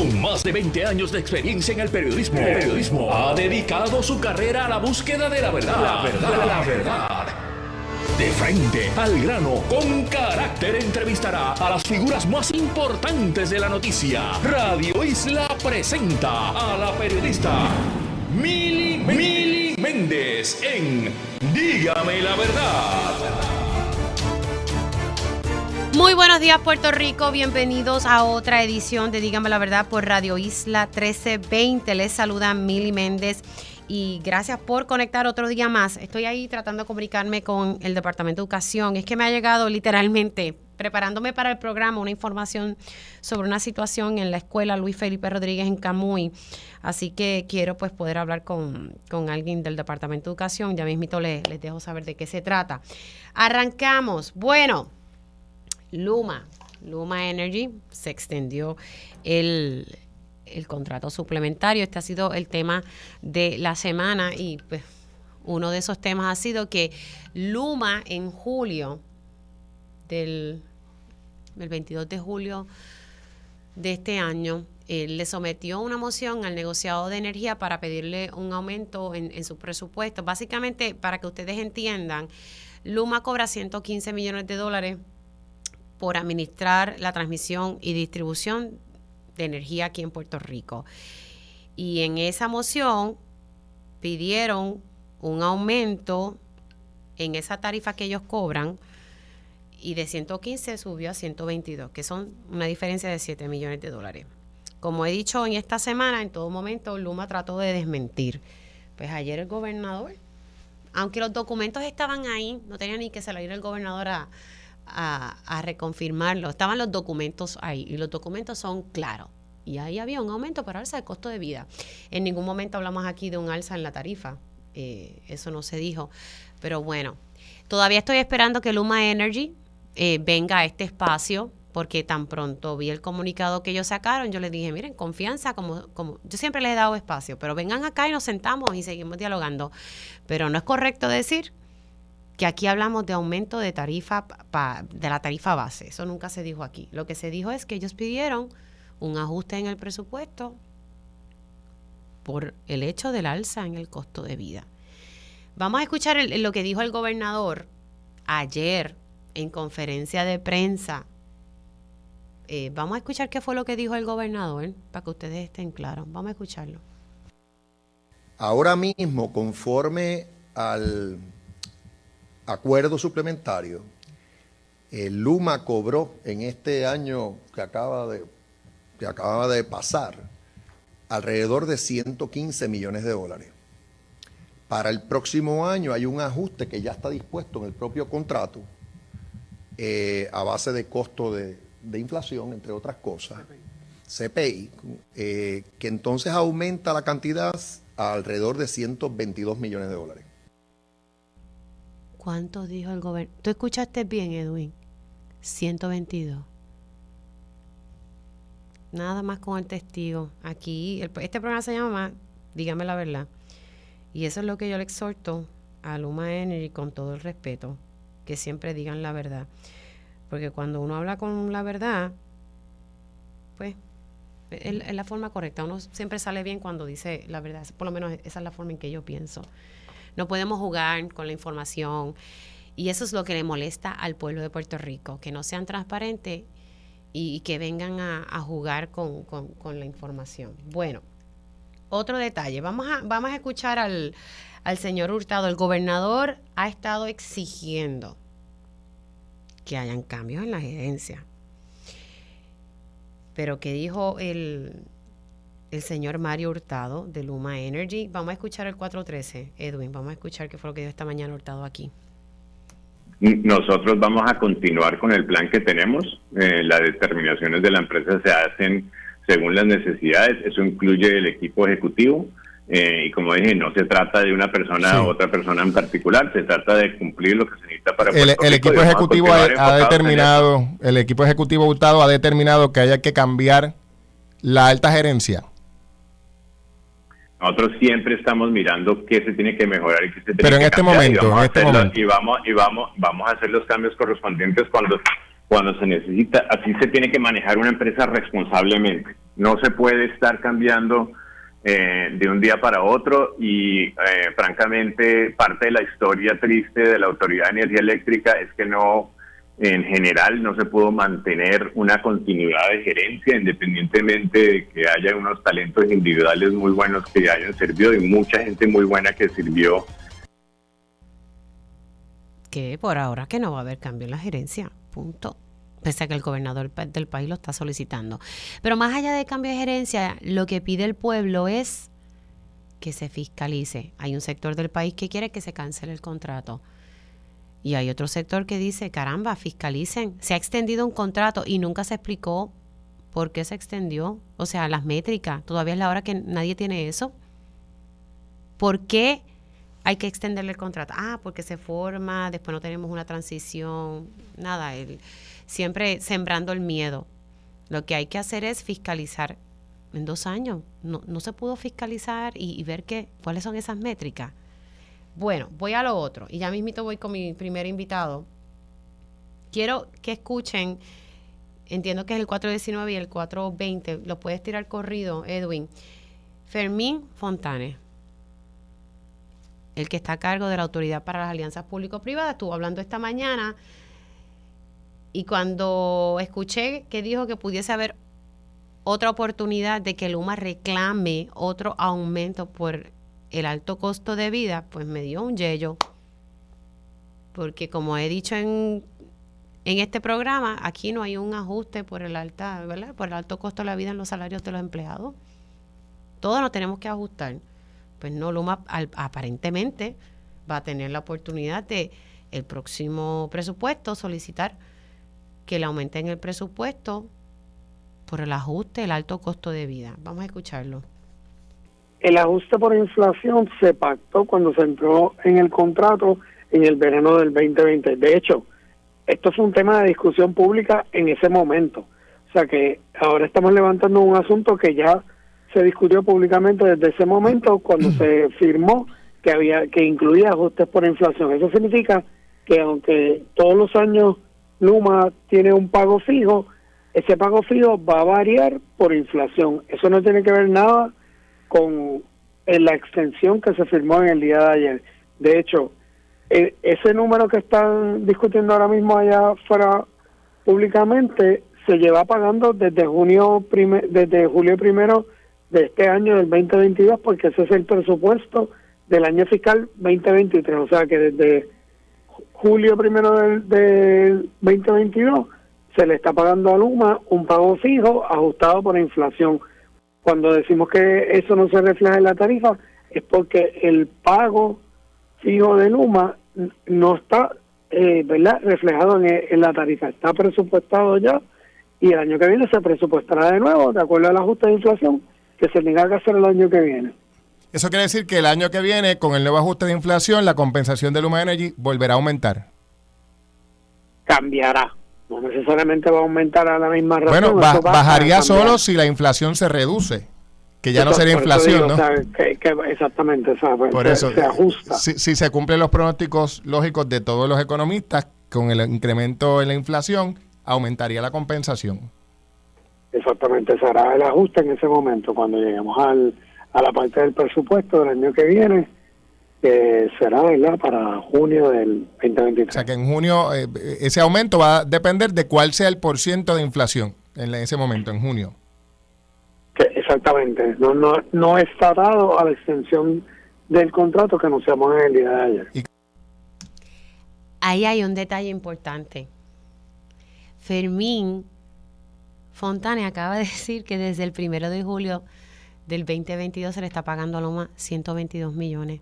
Con más de 20 años de experiencia en el periodismo, ha dedicado su carrera a la búsqueda de la verdad. La verdad. De frente, al grano, con carácter, entrevistará a las figuras más importantes de la noticia. Radio Isla presenta a la periodista Mili Méndez en Dígame la Verdad. Muy buenos días, Puerto Rico. Bienvenidos a otra edición de Dígame la Verdad por Radio Isla 1320. Les saluda Mili Méndez y gracias por conectar otro día más. Estoy ahí tratando de comunicarme con el Departamento de Educación. Es que me ha llegado literalmente, preparándome para el programa, una información sobre una situación en la escuela Luis Felipe Rodríguez en Camuy. Así que quiero pues poder hablar con alguien del Departamento de Educación. Ya mismito les dejo saber de qué se trata. Arrancamos. Bueno, Luma Energy se extendió el contrato suplementario. Este ha sido el tema de la semana y pues uno de esos temas ha sido que Luma en julio el 22 de julio de este año le sometió una moción al negociado de energía para pedirle un aumento en su presupuesto. Básicamente, para que ustedes entiendan, Luma cobra $115 millones por administrar la transmisión y distribución de energía aquí en Puerto Rico. Y en esa moción pidieron un aumento en esa tarifa que ellos cobran y de 115 subió a 122, que son una diferencia de $7 millones. Como he dicho en esta semana, en todo momento Luma trató de desmentir. Pues ayer el gobernador, aunque los documentos estaban ahí, no tenía ni que salir el gobernador a reconfirmarlo. Estaban los documentos ahí y los documentos son claros. Y ahí había un aumento para alza de costo de vida. En ningún momento hablamos aquí de un alza en la tarifa. Eso no se dijo. Pero bueno, todavía estoy esperando que Luma Energy venga a este espacio, porque tan pronto vi el comunicado que ellos sacaron, yo les dije, miren, confianza, como yo siempre les he dado espacio, pero vengan acá y nos sentamos y seguimos dialogando. Pero no es correcto decir que aquí hablamos de aumento de tarifa de la tarifa base. Eso nunca se dijo aquí. Lo que se dijo es que ellos pidieron un ajuste en el presupuesto por el hecho del alza en el costo de vida. Vamos a escuchar lo que dijo el gobernador ayer en conferencia de prensa. Vamos a escuchar qué fue lo que dijo el gobernador para que ustedes estén claros. Vamos a escucharlo. Ahora mismo, conforme al acuerdo suplementario, Luma cobró en este año que acaba de pasar alrededor de $115 millones. Para el próximo año hay un ajuste que ya está dispuesto en el propio contrato a base de costo de inflación, entre otras cosas, CPI, que entonces aumenta la cantidad a alrededor de $122 millones. ¿Cuánto dijo el gobernador? ¿Tú escuchaste bien, Edwin? 122. Nada más con el testigo. Aquí, este programa se llama Dígame la Verdad. Y eso es lo que yo le exhorto a Luma Energy, con todo el respeto, que siempre digan la verdad. Porque cuando uno habla con la verdad, pues es la forma correcta. Uno siempre sale bien cuando dice la verdad. Por lo menos esa es la forma en que yo pienso. No podemos jugar con la información y eso es lo que le molesta al pueblo de Puerto Rico, que no sean transparentes y que vengan a jugar con la información. Bueno, otro detalle, vamos a escuchar al señor Hurtado. El gobernador ha estado exigiendo que hayan cambios en la gerencia. Pero ¿qué dijo el señor Mario Hurtado de Luma Energy? Vamos a escuchar el 413, Edwin, vamos a escuchar qué fue lo que dijo esta mañana Hurtado aquí. Nosotros vamos a continuar con el plan que tenemos. Las determinaciones de la empresa se hacen según las necesidades. Eso incluye el equipo ejecutivo. Y como dije, no se trata de una persona u otra persona en particular, se trata de cumplir lo que se necesita para Puerto Rico. El equipo ejecutivo ha determinado, el equipo ejecutivo Hurtado ha determinado que haya que cambiar la alta gerencia. Nosotros siempre estamos mirando qué se tiene que mejorar y qué se tiene Pero en que este cambiar, momento, y vamos a hacer los cambios correspondientes cuando se necesita. Así se tiene que manejar una empresa responsablemente. No se puede estar cambiando de un día para otro y francamente parte de la historia triste de la Autoridad de Energía Eléctrica es que en general no se pudo mantener una continuidad de gerencia independientemente de que haya unos talentos individuales muy buenos que hayan servido y mucha gente muy buena que sirvió. Que por ahora que no va a haber cambio en la gerencia, punto. Pese a que el gobernador del país lo está solicitando. Pero más allá de cambio de gerencia, lo que pide el pueblo es que se fiscalice. Hay un sector del país que quiere que se cancele el contrato. Y hay otro sector que dice, caramba, fiscalicen. Se ha extendido un contrato y nunca se explicó por qué se extendió. O sea, las métricas, todavía es la hora que nadie tiene eso. ¿Por qué hay que extenderle el contrato? Porque se forma, después no tenemos una transición, nada, siempre sembrando el miedo. Lo que hay que hacer es fiscalizar. En 2 años no se pudo fiscalizar y ver cuáles son esas métricas. Bueno, voy a lo otro y ya mismito voy con mi primer invitado. Quiero que escuchen, entiendo que es el 419 y el 420, lo puedes tirar corrido, Edwin. Fermín Fontanes, el que está a cargo de la Autoridad para las Alianzas Público-Privadas, estuvo hablando esta mañana y cuando escuché que dijo que pudiese haber otra oportunidad de que Luma reclame otro aumento por el alto costo de vida, pues me dio un yello. Porque como he dicho en este programa, aquí no hay un ajuste por el alto costo de la vida en los salarios de los empleados. Todos nos tenemos que ajustar. Pues no, Luma aparentemente va a tener la oportunidad de el próximo presupuesto solicitar que le aumenten el presupuesto por el ajuste del alto costo de vida. Vamos a escucharlo. El ajuste por inflación se pactó cuando se entró en el contrato en el verano del 2020. De hecho, esto fue un tema de discusión pública en ese momento. O sea que ahora estamos levantando un asunto que ya se discutió públicamente desde ese momento cuando se firmó que incluía ajustes por inflación. Eso significa que aunque todos los años Luma tiene un pago fijo, ese pago fijo va a variar por inflación. Eso no tiene que ver nada con la extensión que se firmó en el día de ayer. De hecho, ese número que están discutiendo ahora mismo allá afuera públicamente se lleva pagando desde julio primero de este año del 2022, porque ese es el presupuesto del año fiscal 2023. O sea que desde julio primero del 2022 se le está pagando a Luma un pago fijo ajustado por inflación. Cuando decimos que eso no se refleja en la tarifa, es porque el pago fijo de Luma no está reflejado en la tarifa. Está presupuestado ya y el año que viene se presupuestará de nuevo, de acuerdo al ajuste de inflación que se tenga que hacer el año que viene. Eso quiere decir que el año que viene, con el nuevo ajuste de inflación, la compensación de Luma Energy volverá a aumentar. Cambiará. No necesariamente va a aumentar a la misma razón. Bueno, bajaría solo si la inflación se reduce, que ya no sería inflación, ¿no? O sea, exactamente, ¿sabes? Por eso, se ajusta. Si se cumplen los pronósticos lógicos de todos los economistas, con el incremento en la inflación, aumentaría la compensación. Exactamente, se hará el ajuste en ese momento, cuando lleguemos a la parte del presupuesto del año que viene, que será, ¿verdad?, para junio del 2023. O sea que en junio ese aumento va a depender de cuál sea el % de inflación en ese momento, en junio. Exactamente, no está dado a la extensión del contrato que anunciamos en el día de ayer. Ahí hay un detalle importante. Fermín Fontanes acaba de decir que desde el 1 de julio del 2022 se le está pagando a Luma 122 millones.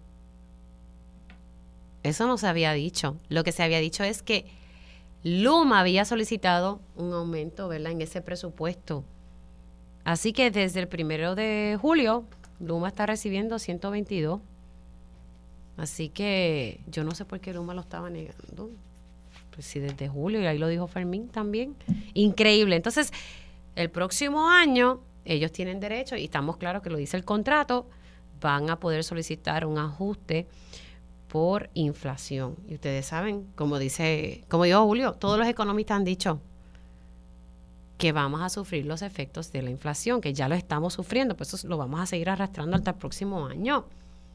Eso no se había dicho. Lo que se había dicho es que Luma había solicitado un aumento, ¿verdad?, en ese presupuesto. Así que desde el 1 de julio Luma está recibiendo 122. Así que yo no sé por qué Luma lo estaba negando. Pues sí, desde julio, y ahí lo dijo Fermín también. Increíble. Entonces, el próximo año ellos tienen derecho, y estamos claros que lo dice el contrato, van a poder solicitar un ajuste por inflación. Y ustedes saben, como dijo Julio, todos los economistas han dicho que vamos a sufrir los efectos de la inflación, que ya lo estamos sufriendo, pues eso lo vamos a seguir arrastrando hasta el próximo año.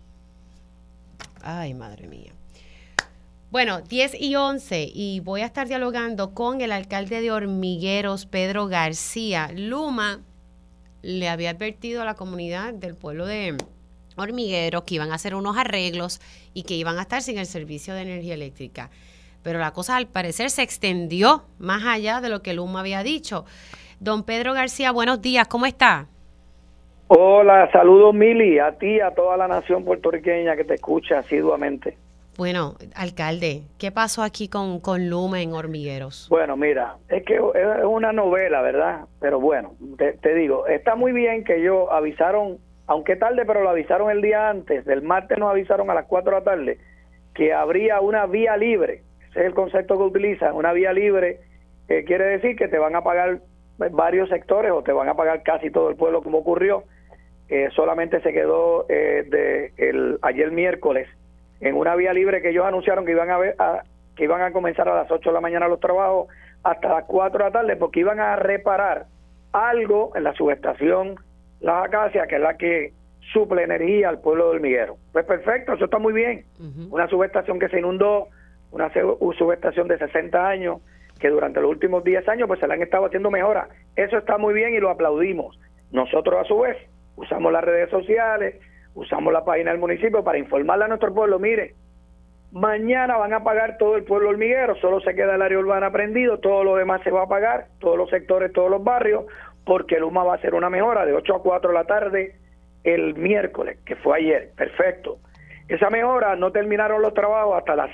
Ay, madre mía. Bueno, 10:11 y voy a estar dialogando con el alcalde de Hormigueros, Pedro García. Luma le había advertido a la comunidad del pueblo de Hormigueros que iban a hacer unos arreglos y que iban a estar sin el servicio de energía eléctrica. Pero la cosa al parecer se extendió más allá de lo que Luma había dicho. Don Pedro García, buenos días, ¿cómo está? Hola, saludos Mili, a ti y a toda la nación puertorriqueña que te escucha asiduamente. Bueno, alcalde, ¿qué pasó aquí con Luma en Hormigueros? Bueno, mira, es que es una novela, ¿verdad? Pero bueno, te digo, está muy bien que ellos avisaron, aunque tarde, pero lo avisaron el día antes, del martes nos avisaron a las 4 de la tarde, que habría una vía libre. Ese es el concepto que utilizan, una vía libre, quiere decir que te van a pagar varios sectores o te van a pagar casi todo el pueblo como ocurrió. Solamente se quedó ayer miércoles en una vía libre que ellos anunciaron que iban a comenzar a las 8 de la mañana los trabajos hasta las 4 de la tarde, porque iban a reparar algo en la subestación Las Acacias, que es la que suple energía al pueblo de Hormiguero. Pues perfecto, eso está muy bien. Una subestación que se inundó, una subestación de 60 años, que durante los últimos 10 años pues se le han estado haciendo mejoras. Eso está muy bien y lo aplaudimos. Nosotros a su vez usamos las redes sociales, usamos la página del municipio para informarle a nuestro pueblo, mire, mañana van a pagar todo el pueblo Hormiguero, solo se queda el área urbana prendido, todo lo demás se va a pagar, todos los sectores, todos los barrios, porque Luma va a hacer una mejora de 8 a 4 de la tarde el miércoles, que fue ayer, perfecto. Esa mejora no terminaron los trabajos hasta las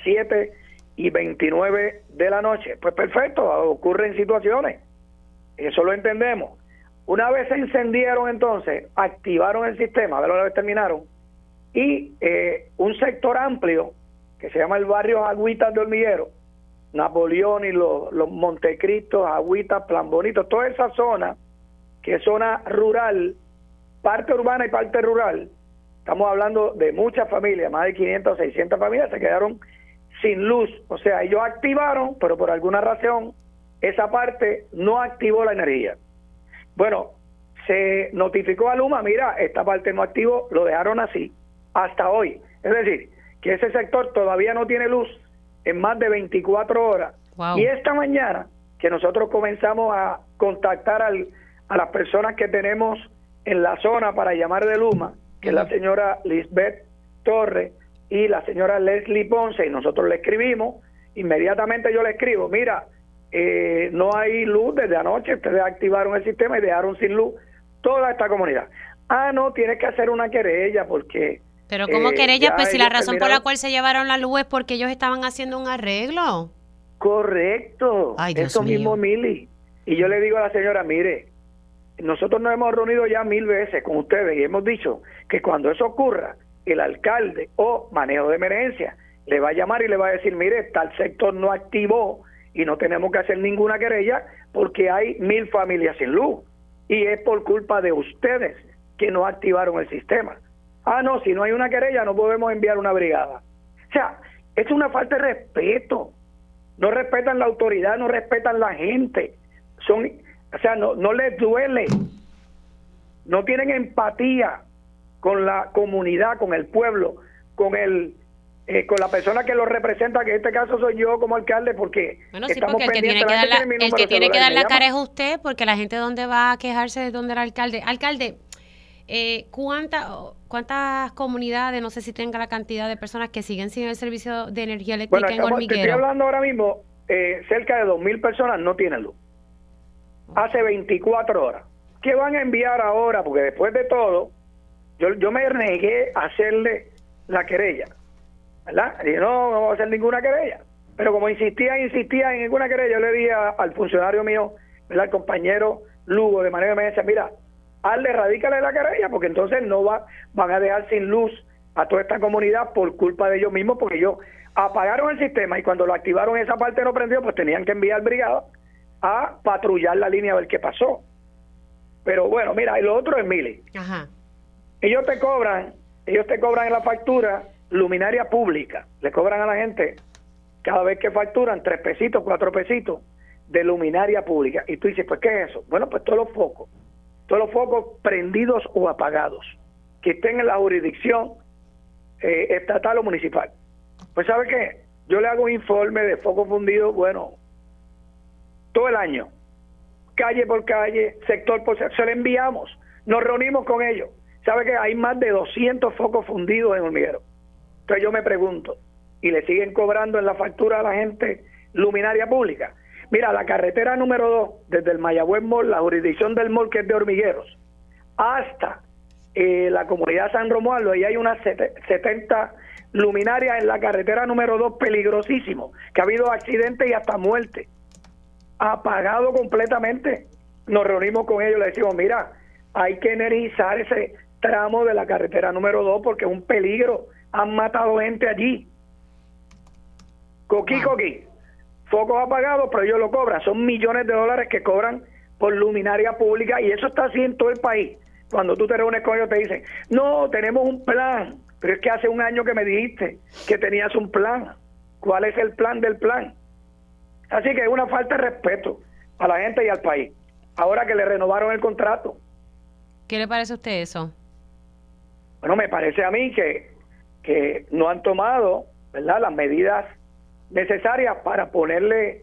7:29 de la noche, pues perfecto, ocurren situaciones, eso lo entendemos. Una vez se encendieron entonces, activaron el sistema, a ver, una vez terminaron, y un sector amplio, que se llama el barrio Agüitas de Hormiguero, Napoleón y los Montecristos, Agüitas, Plan Bonito, toda esa zona, que es zona rural, parte urbana y parte rural, estamos hablando de muchas familias, más de 500 o 600 familias, se quedaron sin luz, o sea, ellos activaron, pero por alguna razón, esa parte no activó la energía. Bueno, se notificó a Luma, mira, esta parte no activó, lo dejaron así, hasta hoy. Es decir, que ese sector todavía no tiene luz en más de 24 horas. Wow. Y esta mañana, que nosotros comenzamos a contactar a las personas que tenemos en la zona para llamar de Luma, que es la señora Lisbeth Torres y la señora Leslie Ponce, y nosotros le escribimos, inmediatamente yo le escribo, mira, no hay luz desde anoche, ustedes activaron el sistema y dejaron sin luz toda esta comunidad. No, tienes que hacer una querella porque... Pero ¿cómo querella? Pues si la razón por la cual se llevaron la luz es porque ellos estaban haciendo un arreglo. Correcto. Ay, Dios mío. Mismo, Mili. Y yo le digo a la señora, mire, nosotros nos hemos reunido ya 1000 veces con ustedes y hemos dicho que cuando eso ocurra, el alcalde o manejo de emergencia le va a llamar y le va a decir, mire, tal sector no activó y no tenemos que hacer ninguna querella porque hay 1000 familias sin luz y es por culpa de ustedes que no activaron el sistema. No, si no hay una querella no podemos enviar una brigada. O sea, es una falta de respeto. No respetan la autoridad, no respetan la gente. No les duele. No tienen empatía con la comunidad, con el pueblo, con la persona que lo representa, que en este caso soy yo como alcalde, porque bueno, sí, porque el que tiene que dar la cara es usted, porque la gente donde va a quejarse es donde el alcalde. Alcalde, ¿cuántas comunidades, no sé si tenga la cantidad de personas que siguen sin el servicio de energía eléctrica en Hormiguero? Estoy hablando ahora mismo, cerca de 2000 personas no tienen luz. Hace 24 horas. ¿Qué van a enviar ahora? Porque después de todo, yo me negué a hacerle la querella, ¿verdad? Y no voy a hacer ninguna querella. Pero como insistía en ninguna querella, yo le dije al funcionario mío, ¿verdad? Al compañero Lugo de manera de emergencia, mira, radícale la querella, porque entonces van a dejar sin luz a toda esta comunidad por culpa de ellos mismos, porque ellos apagaron el sistema y cuando lo activaron esa parte no prendió, pues tenían que enviar brigada a patrullar la línea a ver qué pasó. Pero bueno, mira, y lo otro es, Mili. Ajá. Ellos te cobran en la factura luminaria pública, le cobran a la gente cada vez que facturan 3 pesitos, 4 pesitos, de luminaria pública. Y tú dices, pues, ¿qué es eso? Bueno, pues todos los focos prendidos o apagados que estén en la jurisdicción estatal o municipal. Pues, ¿sabe qué? Yo le hago un informe de focos fundidos, bueno, todo el año, calle por calle, sector por sector, se lo enviamos, nos reunimos con ellos. ¿Sabe qué? Hay más de 200 focos fundidos en Hormiguero. Entonces yo me pregunto, ¿y le siguen cobrando en la factura a la gente luminaria pública? Mira, la carretera número 2, desde el Mayagüez Mall, la jurisdicción del mall que es de Hormigueros, hasta la comunidad San Romualdo, ahí hay unas 70 luminarias en la carretera número 2, peligrosísimo, que ha habido accidentes y hasta muerte. Apagado completamente. Nos reunimos con ellos, le decimos, mira, hay que energizar ese tramo de la carretera número 2 porque es un peligro. Han matado gente allí. Coquí. Focos apagados, pero ellos lo cobran. Son millones de dólares que cobran por luminaria pública y eso está así en todo el país. Cuando tú te reúnes con ellos te dicen, no, tenemos un plan. Pero es que hace un año que me dijiste que tenías un plan. ¿Cuál es el plan del plan? Así que es una falta de respeto a la gente y al país. Ahora que le renovaron el contrato. ¿Qué le parece a usted eso? Bueno, me parece a mí que no han tomado, ¿verdad?, las medidas necesarias para ponerle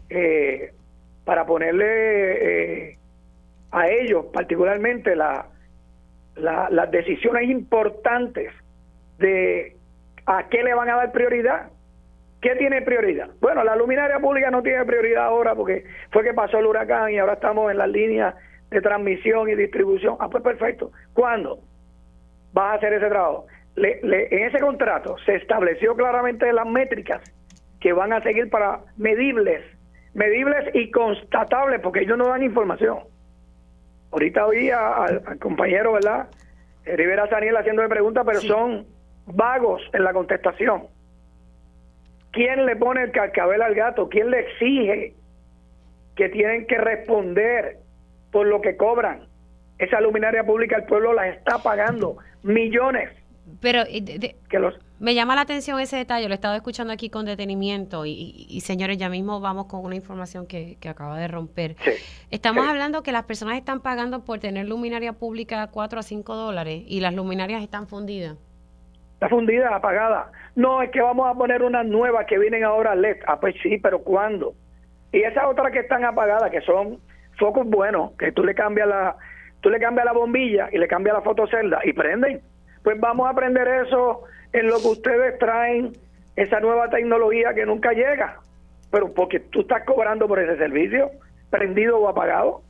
a ellos particularmente las decisiones importantes de a qué le van a dar prioridad. ¿Qué tiene prioridad? Bueno, la luminaria pública no tiene prioridad ahora porque fue que pasó el huracán y ahora estamos en las líneas de transmisión y distribución. Ah, pues perfecto. ¿Cuándo vas a hacer ese trabajo? En ese contrato se estableció claramente las métricas que van a seguir para medibles y constatables, porque ellos no dan información. Ahorita oí al compañero, ¿verdad?, Rivera Saniel haciéndome preguntas, pero sí, son vagos en la contestación. ¿Quién le pone el cascabel al gato? ¿Quién le exige que tienen que responder por lo que cobran? Esa luminaria pública el pueblo la está pagando millones. Pero me llama la atención ese detalle, lo he estado escuchando aquí con detenimiento y señores, ya mismo vamos con una información que acaba de romper. Sí, Estamos hablando que las personas están pagando por tener luminaria pública $4 a $5 y las luminarias están fundidas. Está fundida, apagada. No, es que vamos a poner unas nuevas que vienen ahora LED. Ah, pues sí, pero ¿cuándo? Y esas otras que están apagadas, que son focos buenos, que tú le cambias la bombilla y le cambias la fotocelda y prenden. Pues vamos a aprender eso en lo que ustedes traen, esa nueva tecnología que nunca llega. Pero porque tú estás cobrando por ese servicio, prendido o apagado.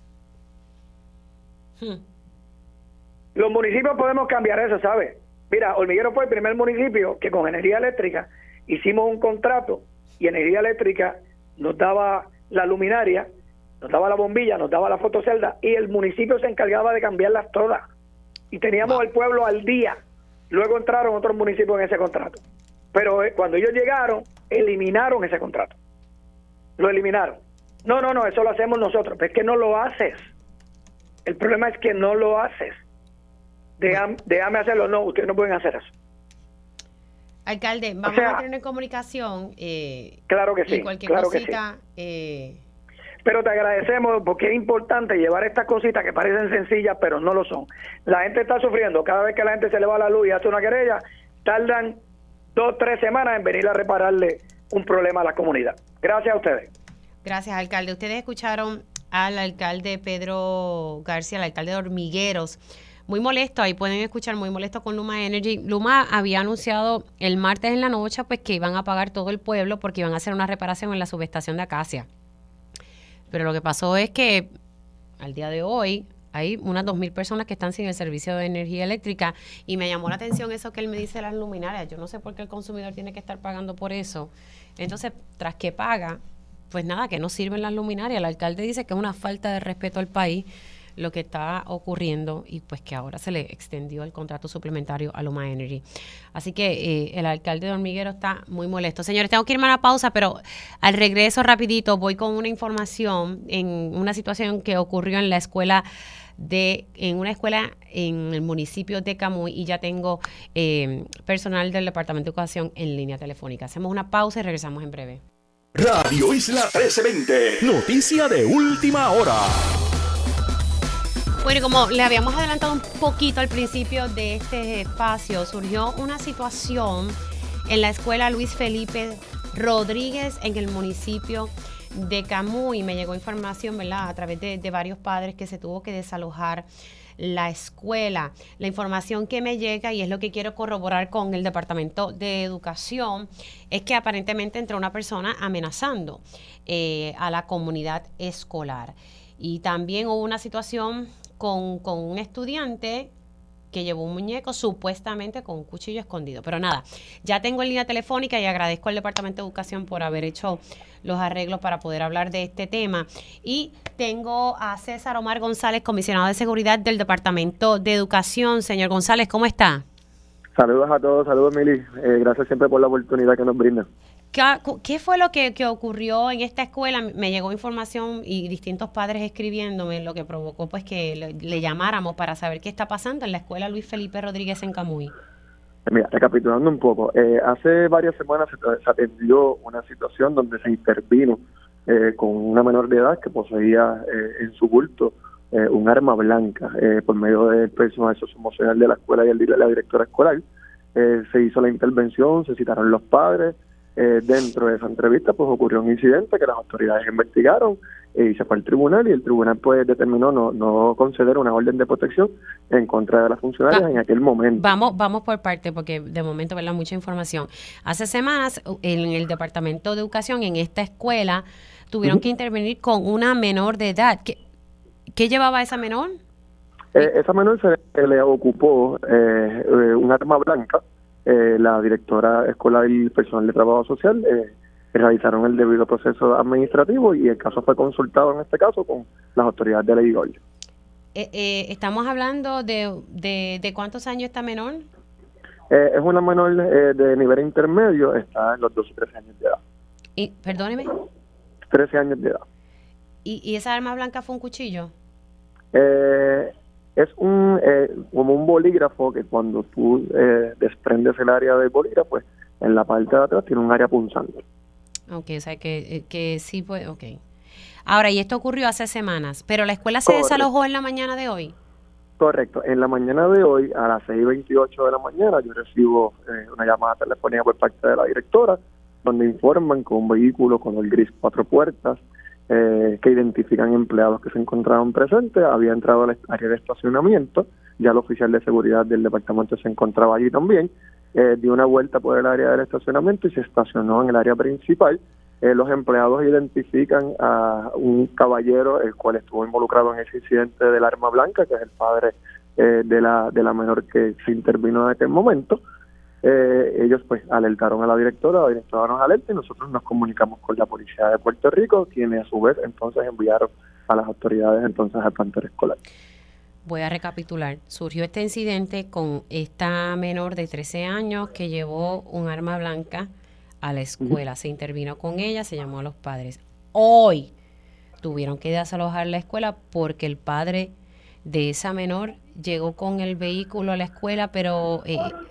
Los municipios podemos cambiar eso, ¿sabes? Mira, Hormiguero fue el primer municipio que con energía eléctrica hicimos un contrato y energía eléctrica nos daba la luminaria, nos daba la bombilla, nos daba la fotocelda y el municipio se encargaba de cambiarlas todas. Y teníamos el pueblo al día. Luego entraron otros municipios en ese contrato. Pero cuando ellos llegaron, eliminaron ese contrato. Lo eliminaron. No, eso lo hacemos nosotros. Pero es que no lo haces. El problema es que no lo haces. Déjame hacerlo. No, ustedes no pueden hacer eso. Alcalde, vamos a tener comunicación. Claro que sí. Y cualquier cosita. Pero te agradecemos porque es importante llevar estas cositas que parecen sencillas, pero no lo son. La gente está sufriendo. Cada vez que la gente se le va la luz y hace una querella, tardan 2 o 3 semanas en venir a repararle un problema a la comunidad. Gracias a ustedes. Gracias, alcalde. Ustedes escucharon al alcalde Pedro García, el alcalde de Hormigueros, muy molesto, ahí pueden escuchar, muy molesto con Luma Energy. Luma había anunciado el martes en la noche pues que iban a pagar todo el pueblo porque iban a hacer una reparación en la subestación de Acacia. Pero lo que pasó es que al día de hoy hay unas 2,000 personas que están sin el servicio de energía eléctrica y me llamó la atención eso que él me dice de las luminarias. Yo no sé por qué el consumidor tiene que estar pagando por eso. Entonces, tras que paga, pues nada, que no sirven las luminarias. El alcalde dice que es una falta de respeto al país lo que está ocurriendo y pues que ahora se le extendió el contrato suplementario a Luma Energy. Así que el alcalde de Hormiguero está muy molesto. Señores, tengo que irme a la pausa, pero al regreso rapidito voy con una información en una situación que ocurrió en la escuela en el municipio de Camuy y ya tengo personal del Departamento de Educación en línea telefónica. Hacemos una pausa y regresamos en breve. Radio Isla 1320, noticia de última hora. Bueno, como le habíamos adelantado un poquito al principio de este espacio, surgió una situación en la escuela Luis Felipe Rodríguez en el municipio de Camuy. Me llegó información, ¿verdad?, a través de varios padres que se tuvo que desalojar la escuela. La información que me llega, y es lo que quiero corroborar con el Departamento de Educación, es que aparentemente entró una persona amenazando a la comunidad escolar. Y también hubo una situación con un estudiante que llevó un muñeco supuestamente con un cuchillo escondido. Pero nada, ya tengo en línea telefónica y agradezco al Departamento de Educación por haber hecho los arreglos para poder hablar de este tema. Y tengo a César Omar González, comisionado de Seguridad del Departamento de Educación. Señor González, ¿cómo está? Saludos a todos, saludos Mili. Gracias siempre por la oportunidad que nos brinda. ¿Qué fue lo que ocurrió en esta escuela? Me llegó información y distintos padres escribiéndome, lo que provocó pues que le llamáramos para saber qué está pasando en la escuela Luis Felipe Rodríguez en Camuy. Mira, recapitulando un poco, hace varias semanas se atendió una situación donde se intervino con una menor de edad que poseía en su bulto un arma blanca por medio del personal socioemocional de la escuela y la directora escolar. Se hizo la intervención, se citaron los padres. Dentro de esa entrevista pues ocurrió un incidente que las autoridades investigaron y se fue al tribunal, y el tribunal pues determinó no conceder una orden de protección en contra de las funcionarias en aquel momento. Vamos por parte, porque de momento, ¿verdad?, mucha información. Hace semanas en el Departamento de Educación, en esta escuela, tuvieron que intervenir con una menor de edad. ¿Qué llevaba esa menor? Esa menor se le ocupó un arma blanca. La directora escolar y el personal de trabajo social realizaron el debido proceso administrativo y el caso fue consultado en este caso con las autoridades de ley y orden. ¿Estamos hablando de cuántos años esta menor? Es una menor de nivel intermedio, está en los 12 y 13 años de edad. Perdóneme. 13 años de edad. ¿Y esa arma blanca fue un cuchillo? Es como un bolígrafo que cuando tú desprendes el área del bolígrafo, pues en la parte de atrás tiene un área punzante. Ok, o sea que sí puede, ok. Ahora, y esto ocurrió hace semanas, pero la escuela se Correcto. Desalojó en la mañana de hoy. Correcto, en la mañana de hoy a las 6:28 de la mañana yo recibo una llamada telefónica por parte de la directora donde informan que un vehículo color gris 4 puertas que identifican empleados que se encontraban presentes, había entrado al área de estacionamiento, ya el oficial de seguridad del departamento se encontraba allí también, dio una vuelta por el área del estacionamiento y se estacionó en el área principal. Los empleados identifican a un caballero el cual estuvo involucrado en ese incidente del arma blanca, que es el padre de la menor que se intervino en aquel momento. Ellos pues alertaron a la directora nos alerta y nosotros nos comunicamos con la policía de Puerto Rico, quienes a su vez entonces enviaron a las autoridades entonces al plantel escolar. Voy a recapitular. Surgió este incidente con esta menor de 13 años que llevó un arma blanca a la escuela. Se intervino con ella, se llamó a los padres. Hoy tuvieron que desalojar la escuela porque el padre de esa menor llegó con el vehículo a la escuela, pero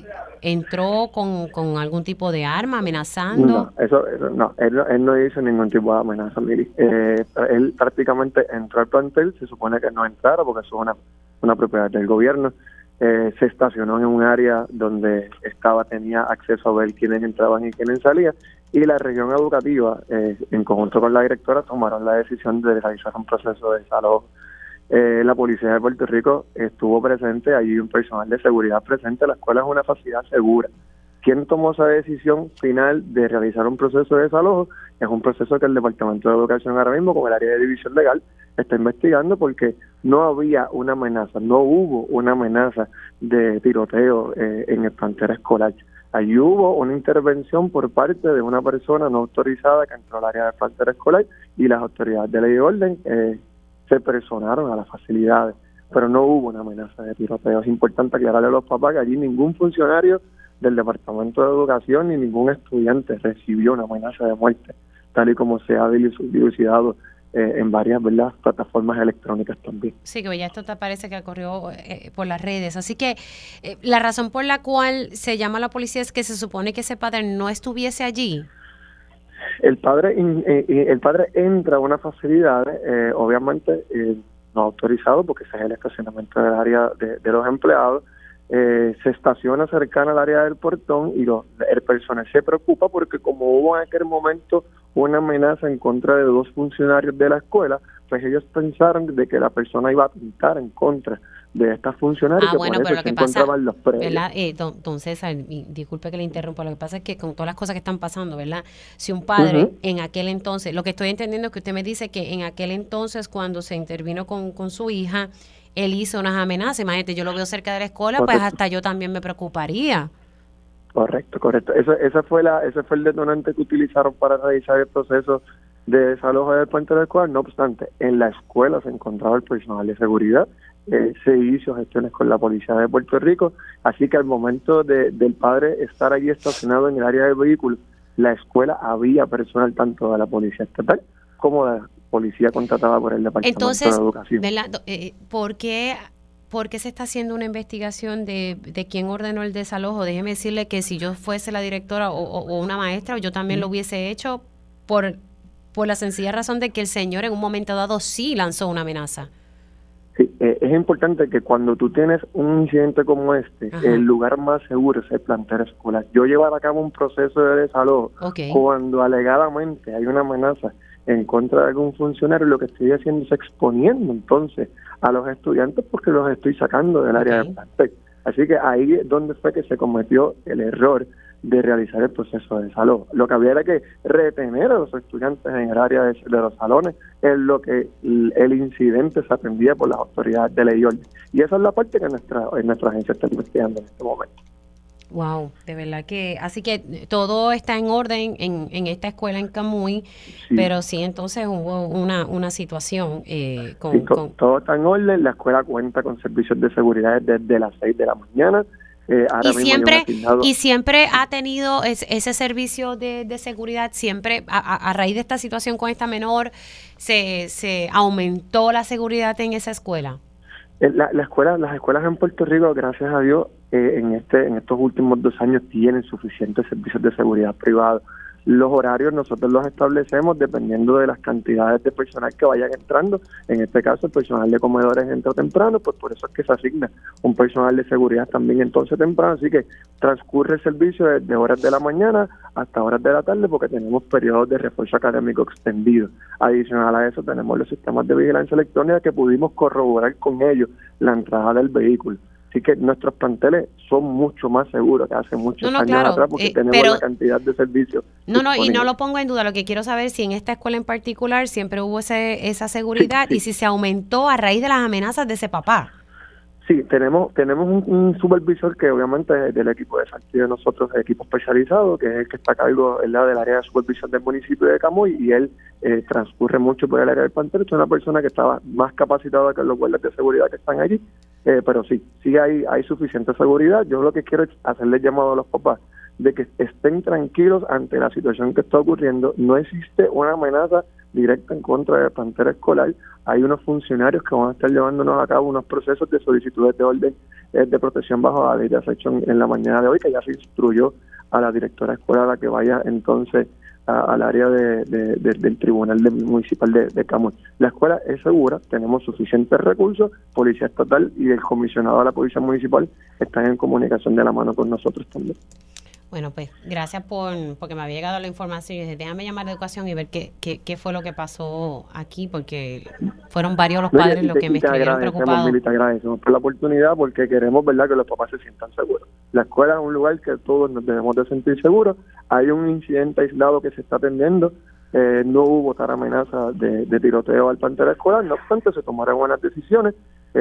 entró con algún tipo de arma amenazando. No, él no hizo ningún tipo de amenaza, Miri. Él prácticamente entró al plantel, se supone que no entrara porque eso es una propiedad del gobierno. Se estacionó en un área donde tenía acceso a ver quiénes entraban y quiénes salían, y la región educativa, en conjunto con la directora, tomaron la decisión de realizar un proceso de desalojo. La policía de Puerto Rico estuvo presente, allí un personal de seguridad presente. La escuela es una facilidad segura. ¿Quién tomó esa decisión final de realizar un proceso de desalojo? Es un proceso que el Departamento de Educación ahora mismo, con el área de división legal, está investigando, porque no había una amenaza, no hubo una amenaza de tiroteo en el plantel escolar. Allí hubo una intervención por parte de una persona no autorizada que entró al área del plantel escolar, y las autoridades de ley y orden se personaron a las facilidades, pero no hubo una amenaza de tiroteo. Es importante aclararle a los papás que allí ningún funcionario del Departamento de Educación ni ningún estudiante recibió una amenaza de muerte, tal y como se ha dilucidado en varias, ¿verdad?, plataformas electrónicas también. Sí, que ya esto te parece que corrió por las redes. Así que la razón por la cual se llama a la policía es que se supone que ese padre no estuviese allí. El padre entra a una facilidad, obviamente no autorizado, porque ese es el estacionamiento del área de los empleados. Se estaciona cercana al área del portón y el personal se preocupa porque como hubo en aquel momento una amenaza en contra de 2 funcionarios de la escuela, pues ellos pensaron de que la persona iba a atentar en contra de estas funcionarios, bueno, por pero eso lo que se pasa, encontraban los predios. ¿verdad? Don César, disculpe que le interrumpa, lo que pasa es que con todas las cosas que están pasando, ¿verdad? Si un padre en aquel entonces, lo que estoy entendiendo es que usted me dice que en aquel entonces cuando se intervino con su hija, él hizo unas amenazas, imagínate, yo lo veo cerca de la escuela, Correcto. pues hasta yo también me preocuparía. Correcto. Ese fue el detonante que utilizaron para realizar el proceso de desalojo del puente del escolar. No obstante, en la escuela se encontraba el personal de seguridad, se hizo gestiones con la policía de Puerto Rico, así que al momento del padre estar allí estacionado en el área del vehículo, la escuela había personal tanto de la policía estatal como de la policía contratada por el Departamento de Educación. ¿Por qué se está haciendo una investigación de quién ordenó el desalojo? Déjeme decirle que si yo fuese la directora o una maestra, yo también lo hubiese hecho por la sencilla razón de que el señor en un momento dado sí lanzó una amenaza. Sí, es importante que cuando tú tienes un incidente como este, el lugar más seguro es el plantel escolar. Yo llevar a cabo un proceso de desalojo cuando alegadamente hay una amenaza en contra de algún funcionario, lo que estoy haciendo es exponiendo entonces a los estudiantes porque los estoy sacando del área del plantel. Así que ahí es donde fue que se cometió el error de realizar el proceso de desalojo. Lo que había era que retener a los estudiantes en el área de los salones, en lo que el incidente se atendía por las autoridades de ley y orden. Y esa es la parte que nuestra agencia está investigando en este momento. Wow, de verdad que, así que todo está en orden en esta escuela en Camuy, pero sí entonces hubo una situación todo está en orden, la escuela cuenta con servicios de seguridad desde las 6 de la mañana. Y siempre ha tenido ese servicio de seguridad, siempre a raíz de esta situación con esta menor, se aumentó la seguridad en esa escuela. Las escuelas en Puerto Rico, gracias a Dios, en estos últimos 2 años tienen suficientes servicios de seguridad privados. Los horarios nosotros los establecemos dependiendo de las cantidades de personal que vayan entrando. En este caso, el personal de comedores entra temprano, pues por eso es que se asigna un personal de seguridad también entonces temprano. Así que transcurre el servicio desde horas de la mañana hasta horas de la tarde porque tenemos periodos de refuerzo académico extendido. Adicional a eso, tenemos los sistemas de vigilancia electrónica que pudimos corroborar con ellos la entrada del vehículo. Así que nuestros planteles son mucho más seguros que hace muchos años atrás porque tenemos la cantidad de servicios. Y no lo pongo en duda. Lo que quiero saber es si en esta escuela en particular siempre hubo esa seguridad y si se aumentó a raíz de las amenazas de ese papá. Sí, tenemos un supervisor que obviamente es del equipo de SACTI de nosotros, el equipo especializado, que es el que está a cargo del área de supervisión del municipio de Camuy, y él transcurre mucho por el área del plantel. Es una persona que estaba más capacitada que los guardias de seguridad que están allí, pero sí hay suficiente seguridad. Yo lo que quiero es hacerle llamado a los papás de que estén tranquilos ante la situación que está ocurriendo. No existe una amenaza directa en contra del plantel escolar. Hay unos funcionarios que van a estar llevándonos a cabo unos procesos de solicitudes de orden de protección bajo la ley de acecho en la mañana de hoy, que ya se instruyó a la directora escolar a que vaya entonces al área del Tribunal Municipal de Camuy. La escuela es segura, tenemos suficientes recursos, Policía Estatal y el comisionado de la Policía Municipal están en comunicación de la mano con nosotros también. Bueno, pues gracias porque me había llegado la información y dije, déjame llamar a Educación y ver qué fue lo que pasó aquí, porque fueron varios los padres los que me estuvieron preocupados. Te agradecemos por la oportunidad porque queremos, ¿verdad?, que los papás se sientan seguros. La escuela es un lugar que todos nos debemos de sentir seguros. Hay un incidente aislado que se está atendiendo. No hubo tal amenaza de tiroteo al plantel escolar, no obstante se tomaron buenas decisiones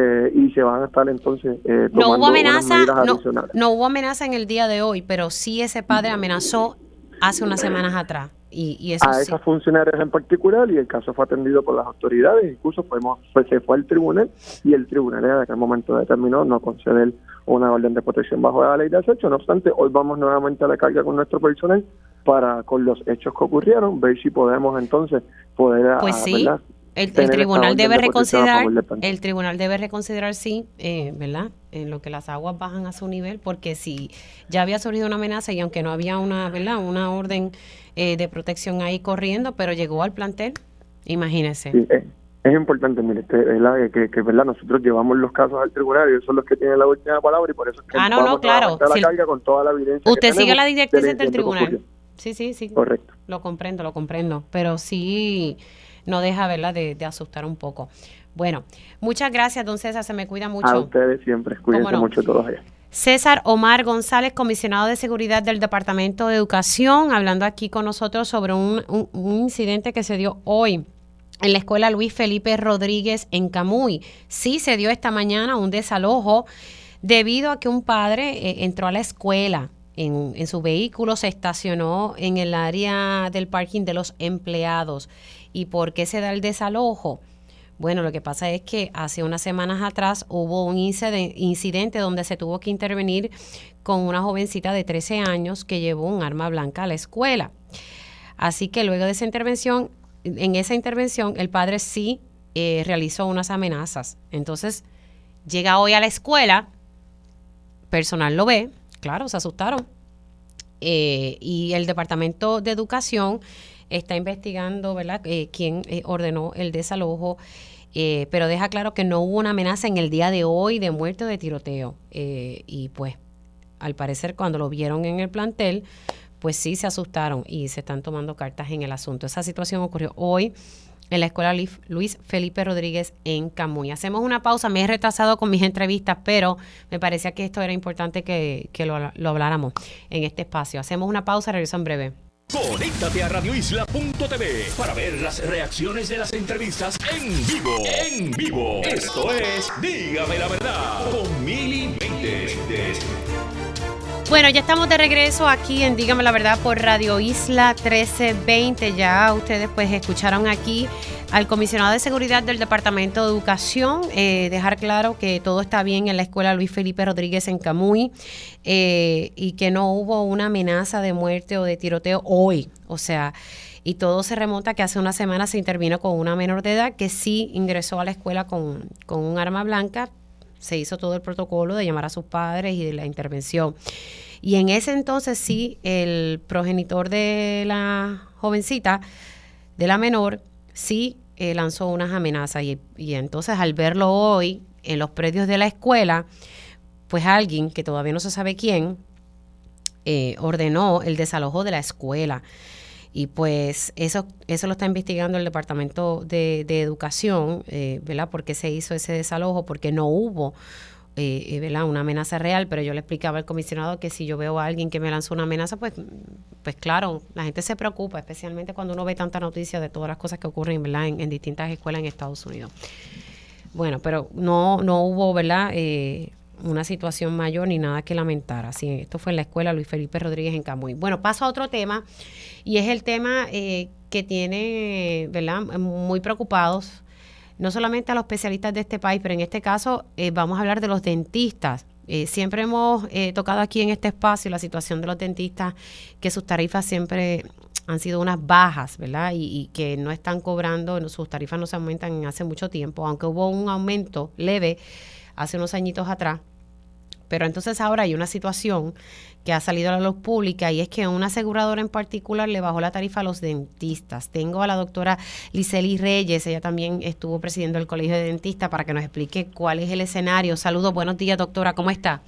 y se van a estar entonces tomando unas medidas adicionales. No hubo amenaza en el día de hoy, pero sí ese padre amenazó hace unas semanas atrás. Y eso a esas funcionarias en particular, y el caso fue atendido por las autoridades, incluso se fue al tribunal y el tribunal en aquel momento determinó no conceder una orden de protección bajo la ley de acecho. No obstante, hoy vamos nuevamente a la carga con nuestro personal para, con los hechos que ocurrieron, ver si podemos entonces pues sí, El tribunal debe reconsiderar, sí, ¿verdad? En lo que las aguas bajan a su nivel, porque si ya había surgido una amenaza y aunque no había una, ¿verdad? Una orden de protección ahí corriendo, pero llegó al plantel, imagínese. Sí, es importante, mire, ¿verdad? Que ¿verdad? Nosotros llevamos los casos al tribunal y ellos son los que tienen la última palabra y por eso es que vamos a la carga con toda la evidencia. Usted sigue las directrices del tribunal. Sí. Correcto. Lo comprendo, pero sí no deja, ¿verdad?, de asustar un poco. Bueno, muchas gracias, don César, se me cuida mucho. A ustedes siempre, cuídense mucho todos allá. César Omar González, comisionado de Seguridad del Departamento de Educación, hablando aquí con nosotros sobre un incidente que se dio hoy en la escuela Luis Felipe Rodríguez en Camuy. Sí, se dio esta mañana un desalojo debido a que un padre entró a la escuela en su vehículo, se estacionó en el área del parking de los empleados. ¿Y por qué se da el desalojo? Bueno, lo que pasa es que hace unas semanas atrás hubo un incidente donde se tuvo que intervenir con una jovencita de 13 años que llevó un arma blanca a la escuela. Así que luego de esa intervención, el padre sí realizó unas amenazas. Entonces, llega hoy a la escuela, personal lo ve, claro, se asustaron. Y el Departamento de Educación está investigando, ¿verdad?, quién ordenó el desalojo, pero deja claro que no hubo una amenaza en el día de hoy de muerte o de tiroteo. Y pues, al parecer, cuando lo vieron en el plantel, pues sí se asustaron y se están tomando cartas en el asunto. Esa situación ocurrió hoy en la escuela Luis Felipe Rodríguez en Camuy. Hacemos una pausa, me he retrasado con mis entrevistas, pero me parecía que esto era importante que lo habláramos en este espacio. Hacemos una pausa, regreso en breve. Conéctate a radioisla.tv para ver las reacciones de las entrevistas en vivo. En vivo. Esto es Dígame la Verdad con Mili Méndez. Bueno, ya estamos de regreso aquí en Dígame la Verdad por Radio Isla 1320. Ya ustedes pues escucharon aquí al comisionado de Seguridad del Departamento de Educación dejar claro que todo está bien en la escuela Luis Felipe Rodríguez en Camuy y que no hubo una amenaza de muerte o de tiroteo hoy. O sea, y todo se remonta a que hace una semana se intervino con una menor de edad que sí ingresó a la escuela con un arma blanca. Se hizo todo el protocolo de llamar a sus padres y de la intervención. Y en ese entonces sí, el progenitor de la jovencita, de la menor, sí lanzó unas amenazas. Y entonces al verlo hoy en los predios de la escuela, pues alguien, que todavía no se sabe quién, ordenó el desalojo de la escuela. Y pues eso lo está investigando el Departamento de Educación, ¿verdad? ¿Por qué se hizo ese desalojo? Porque no hubo, ¿verdad?, una amenaza real, pero yo le explicaba al comisionado que si yo veo a alguien que me lanzó una amenaza, pues claro, la gente se preocupa, especialmente cuando uno ve tanta noticia de todas las cosas que ocurren, ¿verdad?, en distintas escuelas en Estados Unidos. Bueno, pero no hubo, ¿verdad?, una situación mayor ni nada que lamentar. Así, esto fue en la escuela Luis Felipe Rodríguez en Camuy. Bueno, paso a otro tema y es el tema que tiene, ¿verdad?, muy preocupados no solamente a los especialistas de este país, pero en este caso vamos a hablar de los dentistas. Siempre hemos tocado aquí en este espacio la situación de los dentistas, que sus tarifas siempre han sido unas bajas, ¿verdad? Y que no están cobrando, sus tarifas no se aumentan hace mucho tiempo, aunque hubo un aumento leve hace unos añitos atrás. Pero entonces ahora hay una situación que ha salido a la luz pública y es que una aseguradora en particular le bajó la tarifa a los dentistas. Tengo a la doctora Liseli Reyes, ella también estuvo presidiendo el Colegio de Dentistas, para que nos explique cuál es el escenario. Saludos, buenos días, doctora, ¿cómo está?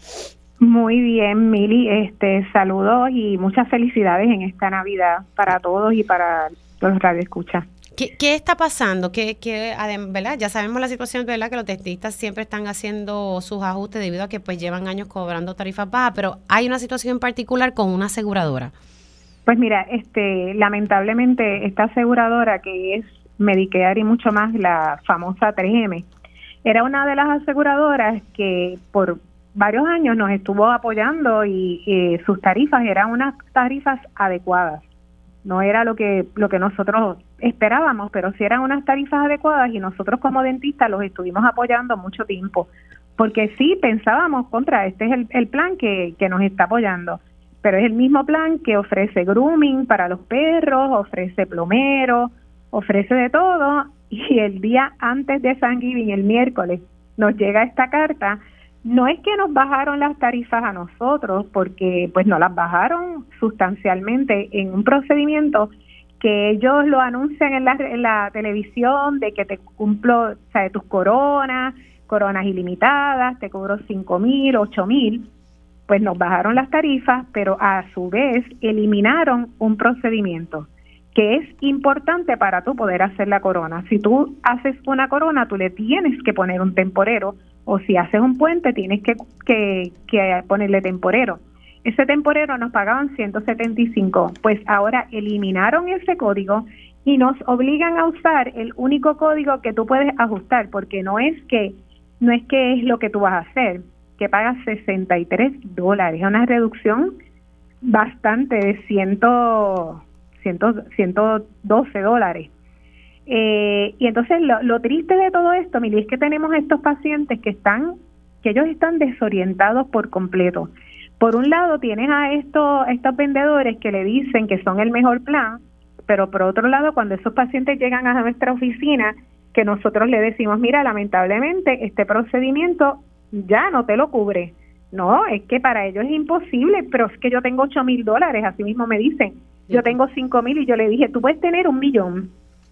Muy bien, Mili, saludos y muchas felicidades en esta Navidad para todos y para los radioescuchas. ¿Qué está pasando? ¿Verdad? Ya sabemos la situación, ¿verdad?, que los dentistas siempre están haciendo sus ajustes debido a que pues llevan años cobrando tarifas bajas, pero hay una situación en particular con una aseguradora. Pues mira, lamentablemente esta aseguradora, que es Medicare y mucho más, la famosa 3M, era una de las aseguradoras que por varios años nos estuvo apoyando y sus tarifas eran unas tarifas adecuadas. No era lo que nosotros esperábamos, pero sí eran unas tarifas adecuadas y nosotros como dentistas los estuvimos apoyando mucho tiempo, porque sí pensábamos, este es el plan que nos está apoyando, pero es el mismo plan que ofrece grooming para los perros, ofrece plomero, ofrece de todo, y el día antes de Thanksgiving, el miércoles, nos llega esta carta. No es que nos bajaron las tarifas a nosotros, porque pues no las bajaron sustancialmente en un procedimiento que ellos lo anuncian en la televisión, de que te cumplo, o sea, de tus coronas ilimitadas, te cobro 5,000, 8,000, pues nos bajaron las tarifas, pero a su vez eliminaron un procedimiento que es importante para tú poder hacer la corona. Si tú haces una corona, tú le tienes que poner un temporero, o si haces un puente, tienes que ponerle temporero. Ese temporero nos pagaban 175, pues ahora eliminaron ese código y nos obligan a usar el único código que tú puedes ajustar, porque no es que es lo que tú vas a hacer, que pagas $63, es una reducción bastante de $112. Y entonces lo triste de todo esto, Mili, es que tenemos estos pacientes que ellos están desorientados por completo. Por un lado tienes a estos vendedores que le dicen que son el mejor plan, pero por otro lado, cuando esos pacientes llegan a nuestra oficina, que nosotros le decimos, mira, lamentablemente este procedimiento ya no te lo cubre. No, es que para ellos es imposible, pero es que yo tengo $8,000, así mismo me dicen. Yo tengo 5,000 y yo le dije, tú puedes tener 1,000,000,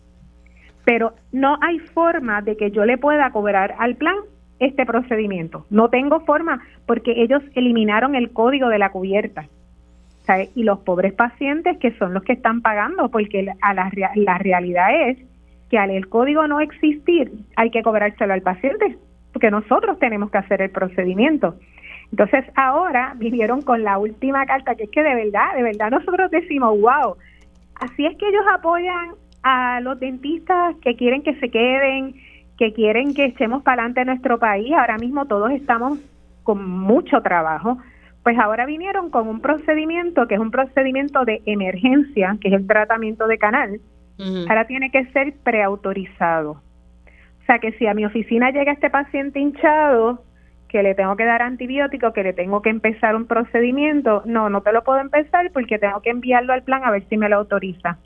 pero no hay forma de que yo le pueda cobrar al plan este procedimiento. No tengo forma porque ellos eliminaron el código de la cubierta. ¿Sabe? Y los pobres pacientes que son los que están pagando, porque la realidad es que al el código no existir, hay que cobrárselo al paciente, porque nosotros tenemos que hacer el procedimiento. Entonces ahora vinieron con la última carta, que es que de verdad nosotros decimos, wow, así es que ellos apoyan a los dentistas que quieren que se queden, que quieren que echemos para adelante nuestro país. Ahora mismo todos estamos con mucho trabajo, pues ahora vinieron con un procedimiento que es un procedimiento de emergencia, que es el tratamiento de canal. Ahora tiene que ser preautorizado. O sea que si a mi oficina llega este paciente hinchado, que le tengo que dar antibiótico, que le tengo que empezar un procedimiento, no te lo puedo empezar porque tengo que enviarlo al plan a ver si me lo autoriza.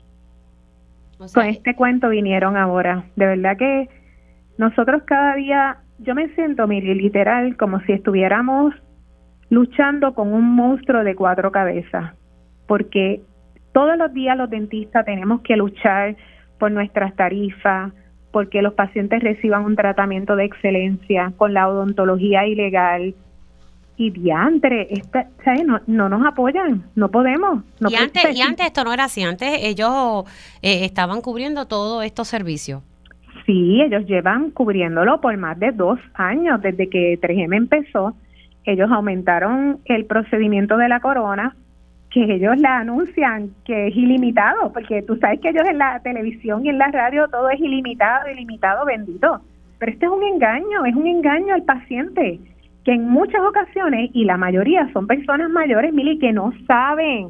O sea, con este cuento vinieron ahora. De verdad que nosotros cada día, yo me siento, Miri, literal, como si estuviéramos luchando con un monstruo de 4 cabezas, porque todos los días los dentistas tenemos que luchar por nuestras tarifas, porque los pacientes reciban un tratamiento de excelencia con la odontología ilegal. Y diantre, ¿sabes? No nos apoyan, no podemos. No y antes esto no era así, antes ellos estaban cubriendo todos estos servicios. Sí, ellos llevan cubriéndolo por más de 2 años, desde que 3M empezó. Ellos aumentaron el procedimiento de la corona, que ellos la anuncian que es ilimitado, porque tú sabes que ellos en la televisión y en la radio todo es ilimitado, bendito. Pero este es un engaño al paciente, que en muchas ocasiones, y la mayoría son personas mayores, Mili, que no saben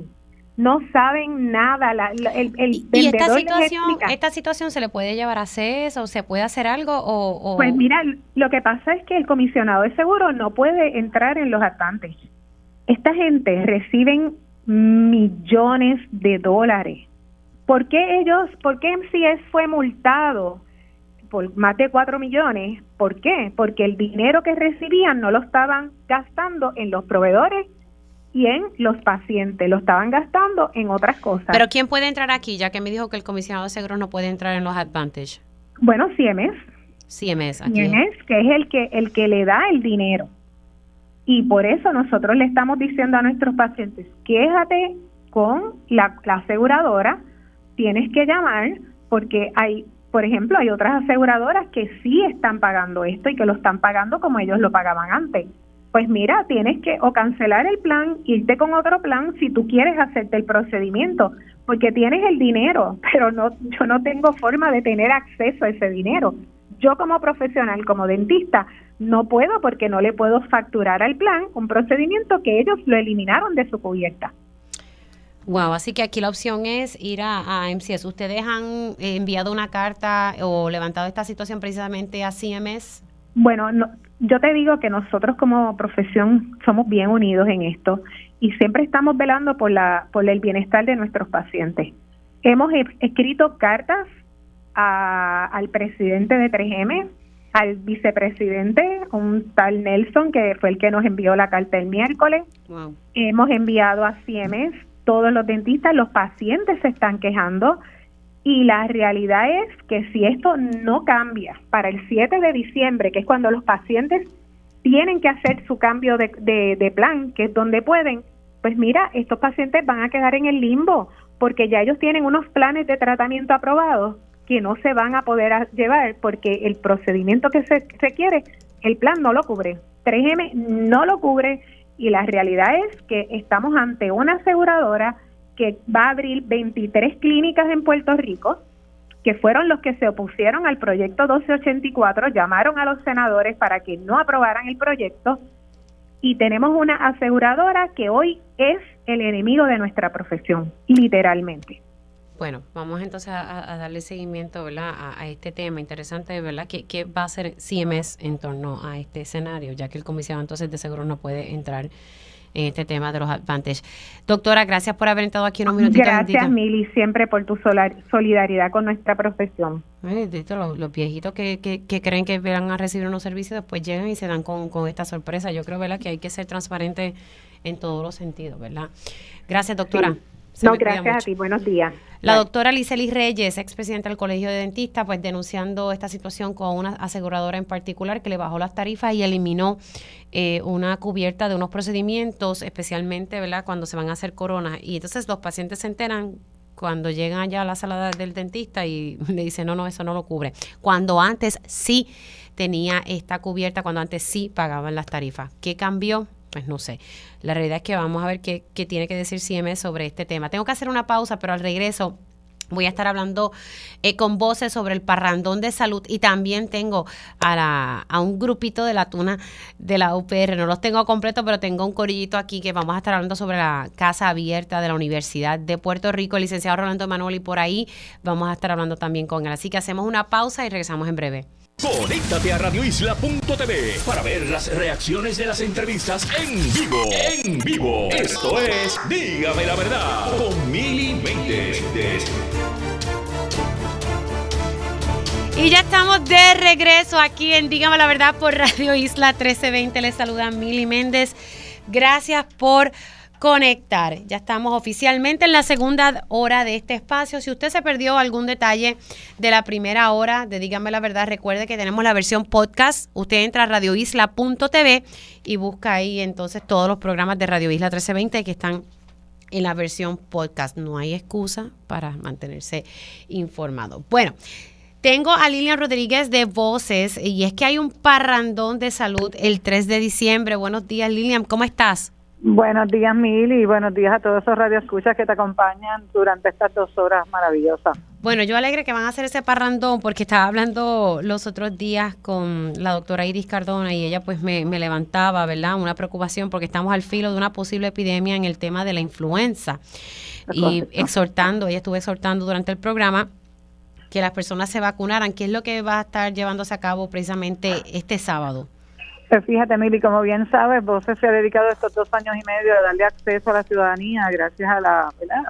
nada. ¿Y esta situación se le puede llevar a CES o se puede hacer algo? O... Pues mira, lo que pasa es que el comisionado de seguro no puede entrar en los advantage. Esta gente reciben millones de dólares. ¿Por qué MCS fue multado por más de 4 millones? ¿Por qué? Porque el dinero que recibían no lo estaban gastando en los proveedores y en los pacientes, lo estaban gastando en otras cosas. ¿Pero quién puede entrar aquí, ya que me dijo que el comisionado de seguros no puede entrar en los advantage? Bueno, CMS, aquí. CMS, que es el que le da el dinero. Y por eso nosotros le estamos diciendo a nuestros pacientes, quéjate con la aseguradora, tienes que llamar, porque por ejemplo, hay otras aseguradoras que sí están pagando esto y que lo están pagando como ellos lo pagaban antes. Pues mira, tienes que o cancelar el plan, irte con otro plan si tú quieres hacerte el procedimiento, porque tienes el dinero, pero yo no tengo forma de tener acceso a ese dinero. Yo como profesional, como dentista, no puedo porque no le puedo facturar al plan un procedimiento que ellos lo eliminaron de su cubierta. Wow, así que aquí la opción es ir a MCS. ¿Ustedes han enviado una carta o levantado esta situación precisamente a CMS? Bueno, yo te digo que nosotros como profesión somos bien unidos en esto y siempre estamos velando por el bienestar de nuestros pacientes. Hemos escrito cartas al presidente de 3M, al vicepresidente, un tal Nelson, que fue el que nos envió la carta el miércoles. Wow. Hemos enviado a CMS, todos los dentistas, los pacientes se están quejando, y la realidad es que si esto no cambia para el 7 de diciembre, que es cuando los pacientes tienen que hacer su cambio de plan, que es donde pueden, pues mira, estos pacientes van a quedar en el limbo, porque ya ellos tienen unos planes de tratamiento aprobados que no se van a poder llevar, porque el procedimiento que se requiere, el plan no lo cubre, 3M no lo cubre, y la realidad es que estamos ante una aseguradora que va a abrir 23 clínicas en Puerto Rico, que fueron los que se opusieron al proyecto 1284, llamaron a los senadores para que no aprobaran el proyecto, y tenemos una aseguradora que hoy es el enemigo de nuestra profesión, literalmente. Bueno, vamos entonces a darle seguimiento, ¿verdad?, a este tema interesante, ¿verdad?, ¿qué va a hacer CMS en torno a este escenario, ya que el comisionado entonces de seguro no puede entrar en este tema de los Advantage. Doctora, gracias por haber estado aquí unos minutitos. Gracias, Mili, siempre por tu solidaridad con nuestra profesión. Los viejitos que creen que van a recibir unos servicios, después llegan y se dan con esta sorpresa. Yo creo, ¿verdad?, que hay que ser transparente en todos los sentidos, ¿verdad? Gracias, doctora. Sí. No, gracias a ti. Buenos días. La doctora Licelis Reyes, expresidenta del Colegio de Dentistas, pues denunciando esta situación con una aseguradora en particular que le bajó las tarifas y eliminó una cubierta de unos procedimientos, especialmente, ¿verdad?, cuando se van a hacer coronas. Y entonces los pacientes se enteran cuando llegan allá a la sala del dentista y le dicen, no, eso no lo cubre. Cuando antes sí tenía esta cubierta, cuando antes sí pagaban las tarifas. ¿Qué cambió? Pues no sé. La realidad es que vamos a ver qué tiene que decir CMS sobre este tema. Tengo que hacer una pausa, pero al regreso voy a estar hablando con voces sobre el parrandón de salud, y también tengo a un grupito de la tuna de la UPR. No los tengo completos, pero tengo un corillito aquí que vamos a estar hablando sobre la casa abierta de la Universidad de Puerto Rico, el licenciado Rolando Emanuel, y por ahí vamos a estar hablando también con él. Así que hacemos una pausa y regresamos en breve. Conéctate a radioisla.tv para ver las reacciones de las entrevistas en vivo. En vivo. Esto es Dígame la Verdad con Mili Méndez. Y ya estamos de regreso aquí en Dígame la Verdad por Radio Isla 1320. Les saluda Mili Méndez. Gracias por conectar. Ya estamos oficialmente en la segunda hora de este espacio. Si usted se perdió algún detalle de la primera hora de Dígame la Verdad, recuerde que tenemos la versión podcast. Usted entra a radioisla.tv y busca ahí entonces todos los programas de Radio Isla 1320 que están en la versión podcast. No hay excusa para mantenerse informado. Bueno, tengo a Lilian Rodríguez de Voces, y es que hay un parrandón de salud el 3 de diciembre. Buenos días, Lilian, ¿cómo estás? Buenos días, Mili, y buenos días a todos esos radioescuchas que te acompañan durante estas 2 horas maravillosas. Bueno, yo alegre que van a hacer ese parrandón, porque estaba hablando los otros días con la doctora Iris Cardona y ella pues me levantaba, ¿verdad?, una preocupación porque estamos al filo de una posible epidemia en el tema de la influenza. Y ella estuvo exhortando durante el programa que las personas se vacunaran. ¿Qué es lo que va a estar llevándose a cabo precisamente este sábado? Fíjate, Mili, como bien sabes, Voces se ha dedicado estos 2 años y medio a darle acceso a la ciudadanía gracias a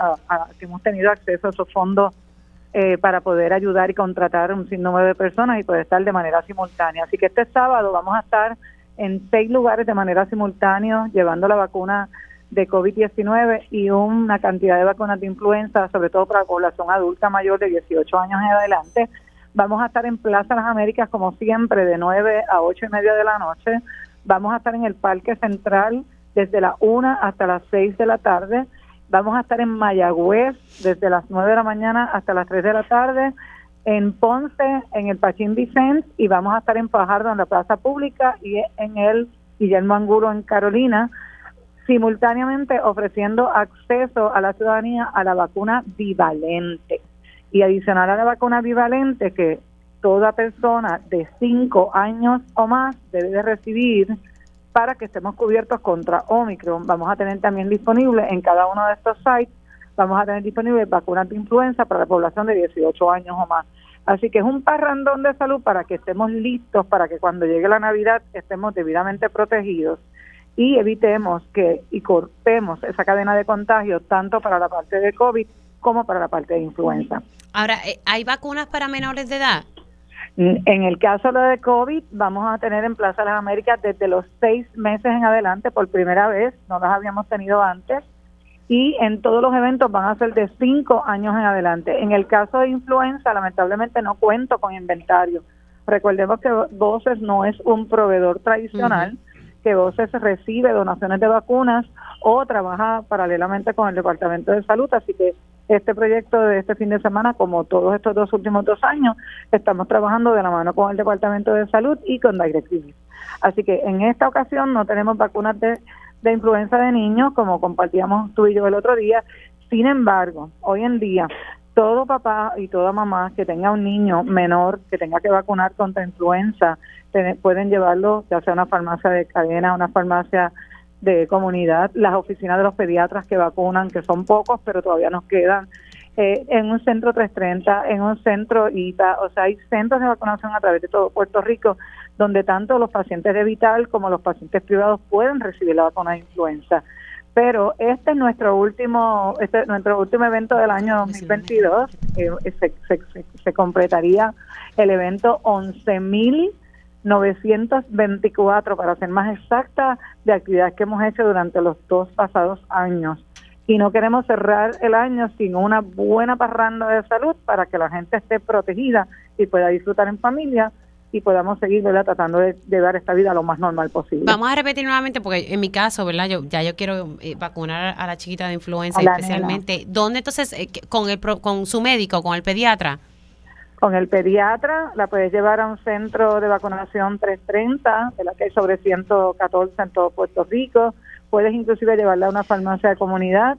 que hemos tenido acceso a esos fondos para poder ayudar y contratar un sinnúmero de personas y poder estar de manera simultánea. Así que este sábado vamos a estar en 6 lugares de manera simultánea llevando la vacuna de COVID-19 y una cantidad de vacunas de influenza, sobre todo para la población adulta mayor de 18 años en adelante. Vamos a estar en Plaza Las Américas, como siempre, de 9 a 8 y media de la noche. Vamos a estar en el Parque Central desde las 1 hasta las 6 de la tarde. Vamos a estar en Mayagüez desde las 9 de la mañana hasta las 3 de la tarde. En Ponce, en el Pachín Vicente, y vamos a estar en Fajardo, en la Plaza Pública, y en el Guillermo Angulo, en Carolina, simultáneamente ofreciendo acceso a la ciudadanía a la vacuna bivalente. Y adicional a la vacuna bivalente, que toda persona de 5 años o más debe de recibir para que estemos cubiertos contra Omicron. Vamos a tener también disponible en cada uno de estos sites, vamos a tener disponibles vacunas de influenza para la población de 18 años o más. Así que es un parrandón de salud para que estemos listos, para que cuando llegue la Navidad estemos debidamente protegidos y evitemos y cortemos esa cadena de contagio tanto para la parte de COVID como para la parte de influenza. Ahora, ¿hay vacunas para menores de edad? En el caso de lo de COVID, vamos a tener en Plaza de las Américas desde los 6 meses en adelante, por primera vez, no las habíamos tenido antes, y en todos los eventos van a ser de 5 años en adelante. En el caso de influenza, lamentablemente no cuento con inventario. Recordemos que Voces no es un proveedor tradicional, que Voces recibe donaciones de vacunas o trabaja paralelamente con el Departamento de Salud, así que este proyecto de este fin de semana, como todos estos 2 últimos 2 años, estamos trabajando de la mano con el Departamento de Salud y con DirecTV. Así que en esta ocasión no tenemos vacunas de influenza de niños, como compartíamos tú y yo el otro día. Sin embargo, hoy en día, todo papá y toda mamá que tenga un niño menor que tenga que vacunar contra influenza, pueden llevarlo ya sea a una farmacia de cadena, a una farmacia de comunidad, las oficinas de los pediatras que vacunan, que son pocos, pero todavía nos quedan, en un centro 330, en un centro ITA, o sea, hay centros de vacunación a través de todo Puerto Rico, donde tanto los pacientes de Vital como los pacientes privados pueden recibir la vacuna de influenza. Pero este es nuestro último evento del año 2022, se completaría el evento 11.924, para ser más exacta, de actividades que hemos hecho durante los 2 pasados años. Y no queremos cerrar el año sin una buena parranda de salud para que la gente esté protegida y pueda disfrutar en familia y podamos seguir, ¿verdad?, tratando de dar esta vida lo más normal posible. Vamos a repetir nuevamente, porque en mi caso, ¿verdad?, yo quiero vacunar a la chiquita de influenza especialmente. Nena. ¿Dónde entonces, con su médico, con el pediatra? Con el pediatra la puedes llevar a un centro de vacunación 330, de la que hay sobre 114 en todo Puerto Rico. Puedes inclusive llevarla a una farmacia de comunidad.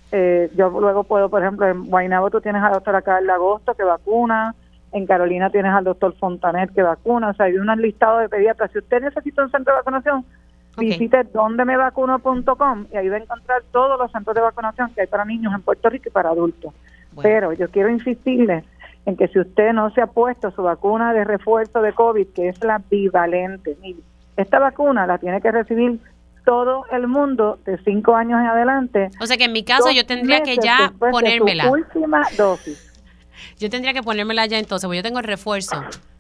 Yo luego puedo, por ejemplo, en Guaynabo tú tienes a la doctora Carla Agosto que vacuna, en Carolina tienes al doctor Fontanet que vacuna, o sea, hay un listado de pediatras. Si usted necesita un centro de vacunación, visite dondemevacuno.com y ahí va a encontrar todos los centros de vacunación que hay para niños en Puerto Rico y para adultos. Bueno. Pero yo quiero insistirle en que si usted no se ha puesto su vacuna de refuerzo de COVID, que es la bivalente, esta vacuna la tiene que recibir todo el mundo de 5 años en adelante. O sea que en mi caso yo tendría que ya ponérmela. De su última dosis. Yo tendría que ponérmela ya entonces, porque yo tengo el refuerzo.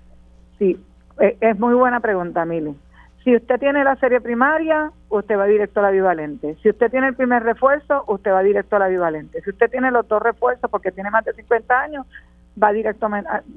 Sí, es muy buena pregunta, Mili. Si usted tiene la serie primaria, usted va directo a la bivalente. Si usted tiene el primer refuerzo, usted va directo a la bivalente. Si usted tiene los 2 refuerzos porque tiene más de 50 años, va directo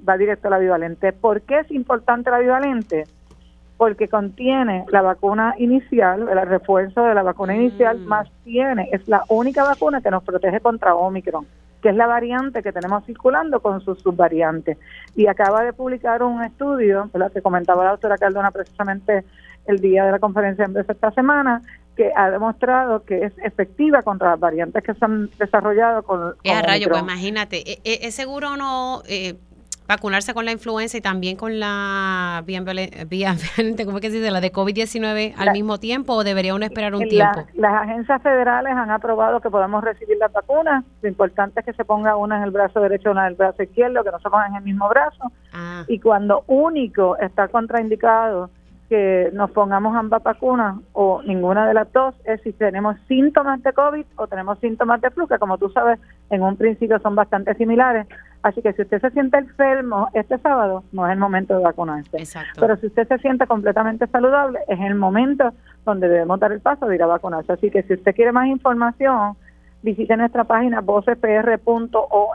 a la bivalente. ¿Por qué es importante la bivalente? Porque contiene la vacuna inicial, el refuerzo de la vacuna inicial, más es la única vacuna que nos protege contra Omicron, que es la variante que tenemos circulando con sus subvariantes. Y acaba de publicar un estudio, ¿verdad?, que comentaba la doctora Cardona precisamente el día de la conferencia de empresa esta semana, que ha demostrado que es efectiva contra las variantes que se han desarrollado con rayo, pues imagínate, ¿es seguro o no vacunarse con la influenza y también con la bivalente, ¿cómo es que se dice?, la de COVID-19 al mismo tiempo, o debería uno esperar un tiempo? Las agencias federales han aprobado que podamos recibir las vacunas. Lo importante es que se ponga una en el brazo derecho y una en el brazo izquierdo, que no se pongan en el mismo brazo. Y cuando único está contraindicado que nos pongamos ambas vacunas o ninguna de las dos, es si tenemos síntomas de COVID o tenemos síntomas de flu, que como tú sabes, en un principio son bastante similares. Así que si usted se siente enfermo este sábado, no es el momento de vacunarse. Exacto. Pero si usted se siente completamente saludable, es el momento donde debemos dar el paso de ir a vacunarse. Así que si usted quiere más información, visite nuestra página vocespr.org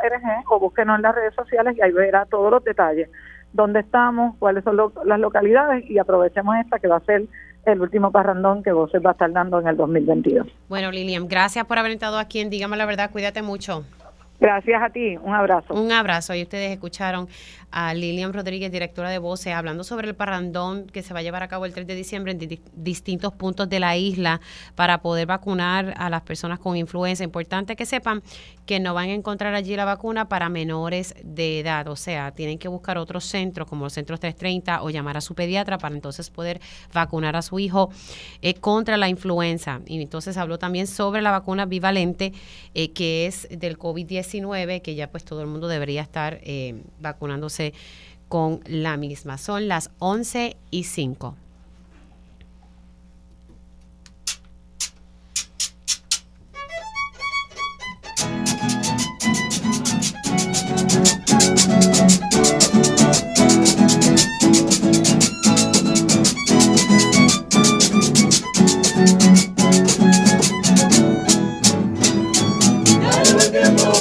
o búsquenos en las redes sociales y ahí verá todos los detalles. Dónde estamos, cuáles son las localidades, y aprovechemos esta que va a ser el último parrandón que Voces va a estar dando en el 2022. Bueno, Lilian, gracias por haber estado aquí en Dígame la Verdad. Cuídate mucho. Gracias a ti, un abrazo. Un abrazo. Y ustedes escucharon a Lilian Rodríguez, directora de Voces, hablando sobre el parrandón que se va a llevar a cabo el 3 de diciembre en distintos puntos de la isla para poder vacunar a las personas con influenza. Importante que sepan que no van a encontrar allí la vacuna para menores de edad, o sea, tienen que buscar otros centros como los centros 330 o llamar a su pediatra para entonces poder vacunar a su hijo contra la influenza. Y entonces habló también sobre la vacuna bivalente que es del COVID-19, que ya pues todo el mundo debería estar vacunándose con la misma. Son las 11:05.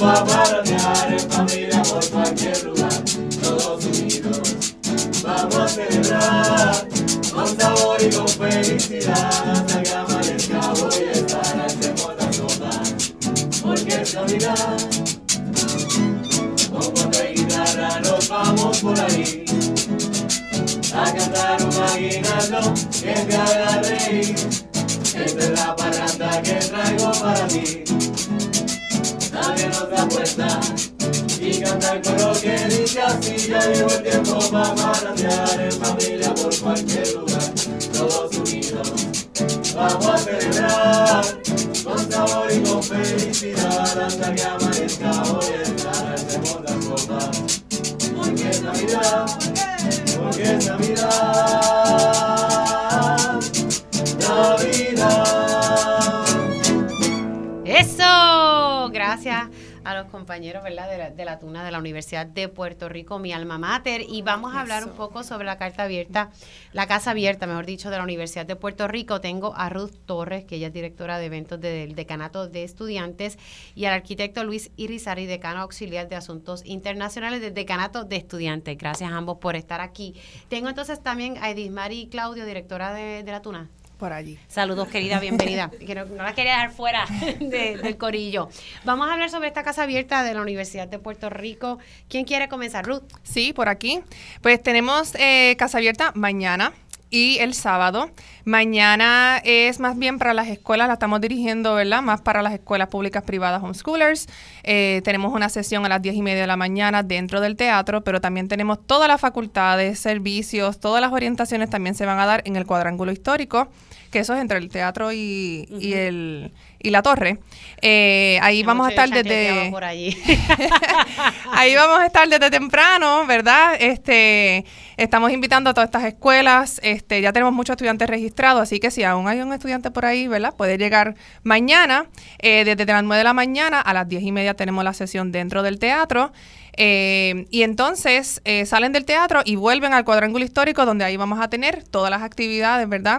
pa' parrandear, en familia por cualquier lugar, todos unidos. Vamos a celebrar con sabor y con felicidad hasta que amanezca. Voy a estar hacemos la sopa porque es Navidad. Con cuatro y guitarra nos vamos por ahí a cantar un aguinaldo que te haga reír. Esta es la parranda que traigo para ti. Abrirnos la puerta y cantar con lo que dice así. Ya llegó el tiempo para parrandear en familia por cualquier lugar, todos unidos. Vamos a celebrar con sabor y con felicidad hasta que amanezca. Voy a estar hacemos las copas porque es Navidad, porque es Navidad, Navidad. ¡Eso! Gracias a los compañeros, ¿verdad?, de la Tuna de la Universidad de Puerto Rico, mi alma mater, y vamos a hablar un poco sobre la carta abierta, la casa abierta, mejor dicho, de la Universidad de Puerto Rico. Tengo a Ruth Torres, que ella es directora de eventos del Decanato de Estudiantes, y al arquitecto Luis Irizarry, decano auxiliar de Asuntos Internacionales del Decanato de Estudiantes. Gracias a ambos por estar aquí. Tengo entonces también a Edismari Claudio, directora de la Tuna. Por allí. Saludos, querida, bienvenida. Que no la quería dejar fuera del corillo. Vamos a hablar sobre esta casa abierta de la Universidad de Puerto Rico. ¿Quién quiere comenzar, Ruth? Sí, por aquí. Pues tenemos casa abierta mañana y el sábado. Mañana es más bien para las escuelas, la estamos dirigiendo, ¿verdad? Más para las escuelas públicas privadas homeschoolers. Tenemos una sesión a las 10:30 de la mañana dentro del teatro, pero también tenemos todas las facultades, servicios, todas las orientaciones también se van a dar en el cuadrángulo histórico, que eso es entre el teatro y la torre. Ahí vamos a estar desde por allí. ahí vamos a estar desde temprano, ¿verdad? Estamos invitando a todas estas escuelas. Ya tenemos muchos estudiantes registrados, así que si aún hay un estudiante por ahí, ¿verdad?, puede llegar mañana. Desde las 9 de la mañana a las 10:30 tenemos la sesión dentro del teatro. Y entonces salen del teatro y vuelven al cuadrángulo histórico, donde ahí vamos a tener todas las actividades, ¿verdad?,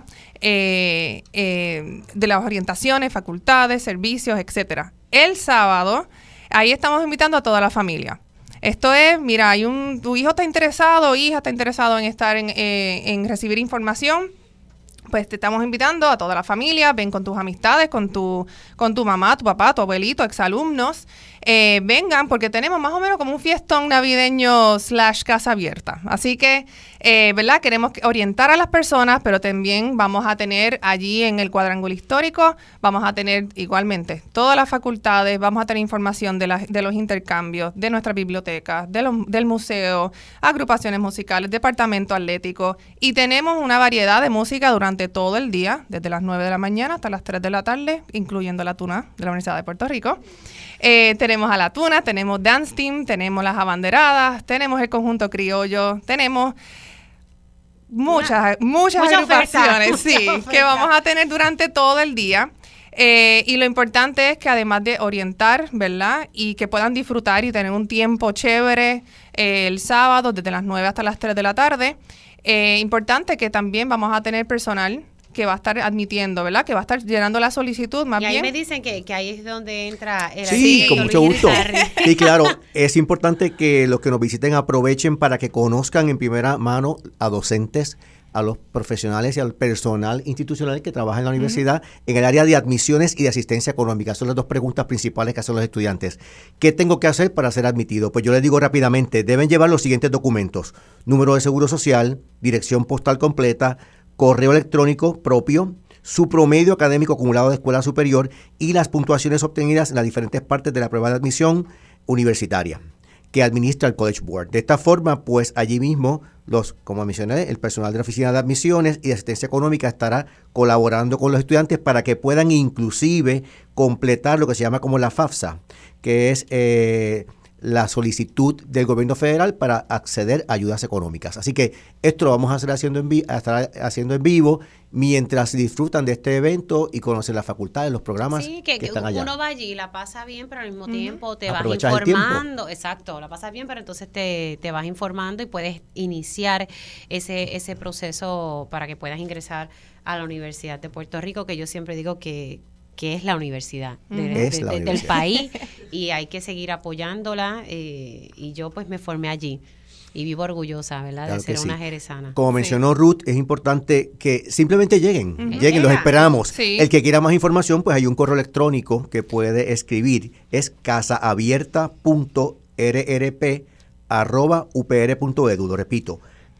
de las orientaciones, facultades, servicios, etcétera. El sábado, ahí estamos invitando a toda la familia. Esto es, mira, tu hijo está interesado, hija está interesado en estar en recibir información. Pues te estamos invitando a toda la familia, ven con tus amistades, con tu mamá, tu papá, tu abuelito, exalumnos, vengan porque tenemos más o menos como un fiestón navideño / casa abierta. Así que, ¿verdad? Queremos orientar a las personas, pero también vamos a tener allí en el cuadrángulo histórico, vamos a tener igualmente todas las facultades, vamos a tener información de los intercambios, de nuestra biblioteca, del museo, agrupaciones musicales, departamento atlético, y tenemos una variedad de música durante todo el día, desde las 9 de la mañana hasta las 3 de la tarde, incluyendo la Tuna de la Universidad de Puerto Rico. Tenemos a la Tuna, tenemos Dance Team, tenemos las abanderadas, tenemos el conjunto criollo, tenemos muchas agrupaciones, que vamos a tener durante todo el día. Y lo importante es que además de orientar, ¿verdad?, y que puedan disfrutar y tener un tiempo chévere el sábado desde las 9 hasta las 3 de la tarde, importante que también vamos a tener personal que va a estar admitiendo, ¿verdad?, que va a estar llenando la solicitud más bien. Y ahí me dicen que ahí es donde entra el Sí, con mucho gusto. Sí, claro, es importante que los que nos visiten aprovechen para que conozcan en primera mano a docentes, a los profesionales y al personal institucional que trabaja en la universidad en el área de admisiones y de asistencia económica. Son las dos preguntas principales que hacen los estudiantes. ¿Qué tengo que hacer para ser admitido? Pues yo les digo rápidamente, deben llevar los siguientes documentos: número de seguro social, dirección postal completa, correo electrónico propio, su promedio académico acumulado de escuela superior y las puntuaciones obtenidas en las diferentes partes de la prueba de admisión universitaria que administra el College Board. De esta forma, pues allí mismo, como mencioné, el personal de la Oficina de Admisiones y de Asistencia Económica estará colaborando con los estudiantes para que puedan inclusive completar lo que se llama como la FAFSA, que es la solicitud del gobierno federal para acceder a ayudas económicas. Así que esto lo vamos a estar haciendo en vivo mientras disfrutan de este evento y conocen las facultades, los programas que están allá. Uno va allí, la pasa bien, pero al mismo tiempo te vas informando. Exacto, la pasas bien, pero entonces te vas informando y puedes iniciar ese proceso para que puedas ingresar a la Universidad de Puerto Rico, que yo siempre digo que que es la universidad del país, y hay que seguir apoyándola, y yo pues me formé allí y vivo orgullosa, ¿verdad? Claro, de ser una jerezana. Como mencionó Ruth, es importante que simplemente lleguen, los esperamos. Sí. El que quiera más información, pues hay un correo electrónico que puede escribir, es casaabierta.rrp@upr.edu, lo repito,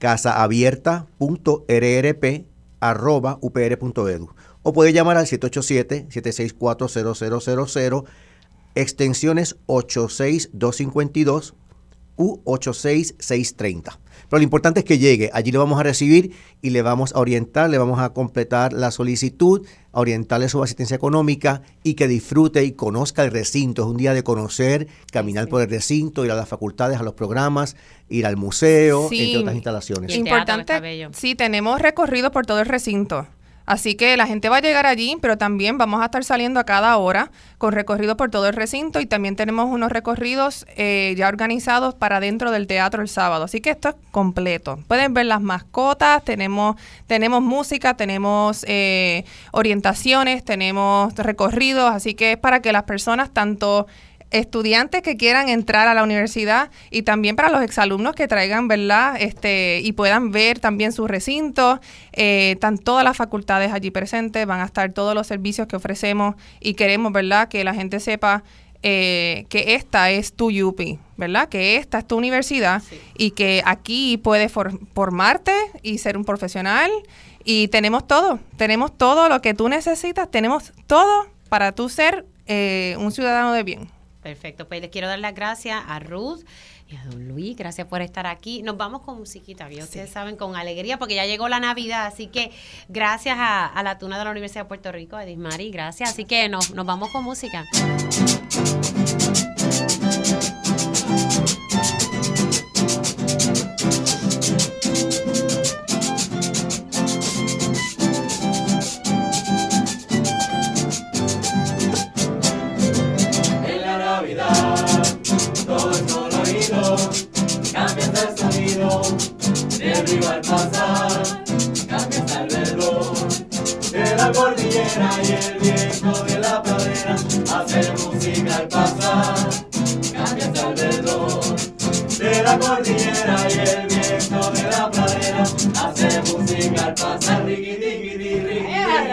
casaabierta.rrp@upr.edu, o puede llamar al 787-764-0000, extensiones 86252 u 86630. Pero lo importante es que llegue, allí le vamos a recibir y le vamos a orientar, le vamos a completar la solicitud, a orientarle su asistencia económica y que disfrute y conozca el recinto. Es un día de conocer, caminar por el recinto, ir a las facultades, a los programas, ir al museo, entre otras instalaciones. Importante, sí, tenemos recorrido por todo el recinto. Así que la gente va a llegar allí, pero también vamos a estar saliendo a cada hora con recorrido por todo el recinto, y también tenemos unos recorridos ya organizados para dentro del teatro el sábado. Así que esto es completo. Pueden ver las mascotas, tenemos música, tenemos orientaciones, tenemos recorridos, así que es para que las personas, tanto estudiantes que quieran entrar a la universidad y también para los exalumnos que traigan, ¿verdad? Y puedan ver también su recinto. Están todas las facultades allí presentes, van a estar todos los servicios que ofrecemos, y queremos, ¿verdad?, que la gente sepa que esta es tu UPI, ¿verdad? Que esta es tu universidad, y que aquí puedes formarte y ser un profesional, y tenemos todo lo que tú necesitas, tenemos todo para tú ser un ciudadano de bien. Perfecto, pues les quiero dar las gracias a Ruth y a don Luis, gracias por estar aquí. Nos vamos con musiquita, que ustedes saben, con alegría, porque ya llegó la Navidad, así que gracias a la Tuna de la Universidad de Puerto Rico, a Edismari, gracias, así que nos vamos con música. Todo es colorido, cambia el sonido, de río al pasar, cambia alrededor, de la cordillera y el viento de la pradera, hace música al pasar, cambia alrededor, de la cordillera y el viento de la pradera, hace música al pasar, riqui riqui riqui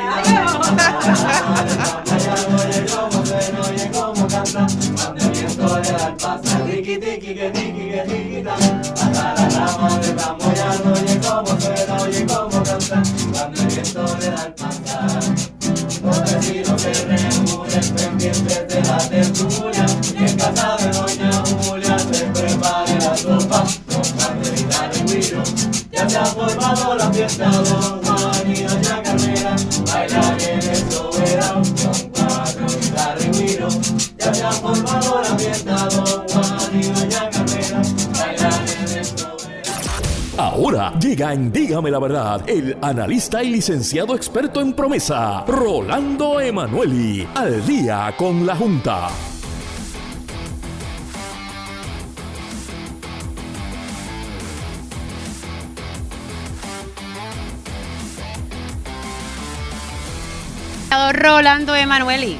oye cómo suena, oye cómo canta, cuando el viento le da el pasar, riqui tiqui que tiqui que tiquita, hasta la rama de Tamoyano, oye cómo suena, oye cómo canta, cuando el viento le da el pasar. Los vecinos se reúnen pendientes de la tertulia, y en casa de doña Julia se prepara la sopa, con carne de guitarra y guiro, ya se ha formado la fiesta, don Juan y doña Carmela, bailan en el soberano, con cuatro guitarra y guiro, ya se ha formado la fiesta, don Juan y doña Carmela, bailan en el soberano. Ahora llega en Dígame la Verdad el analista y licenciado experto en promesa, Rolando Emanueli, al día con la Junta. Rolando Emanueli.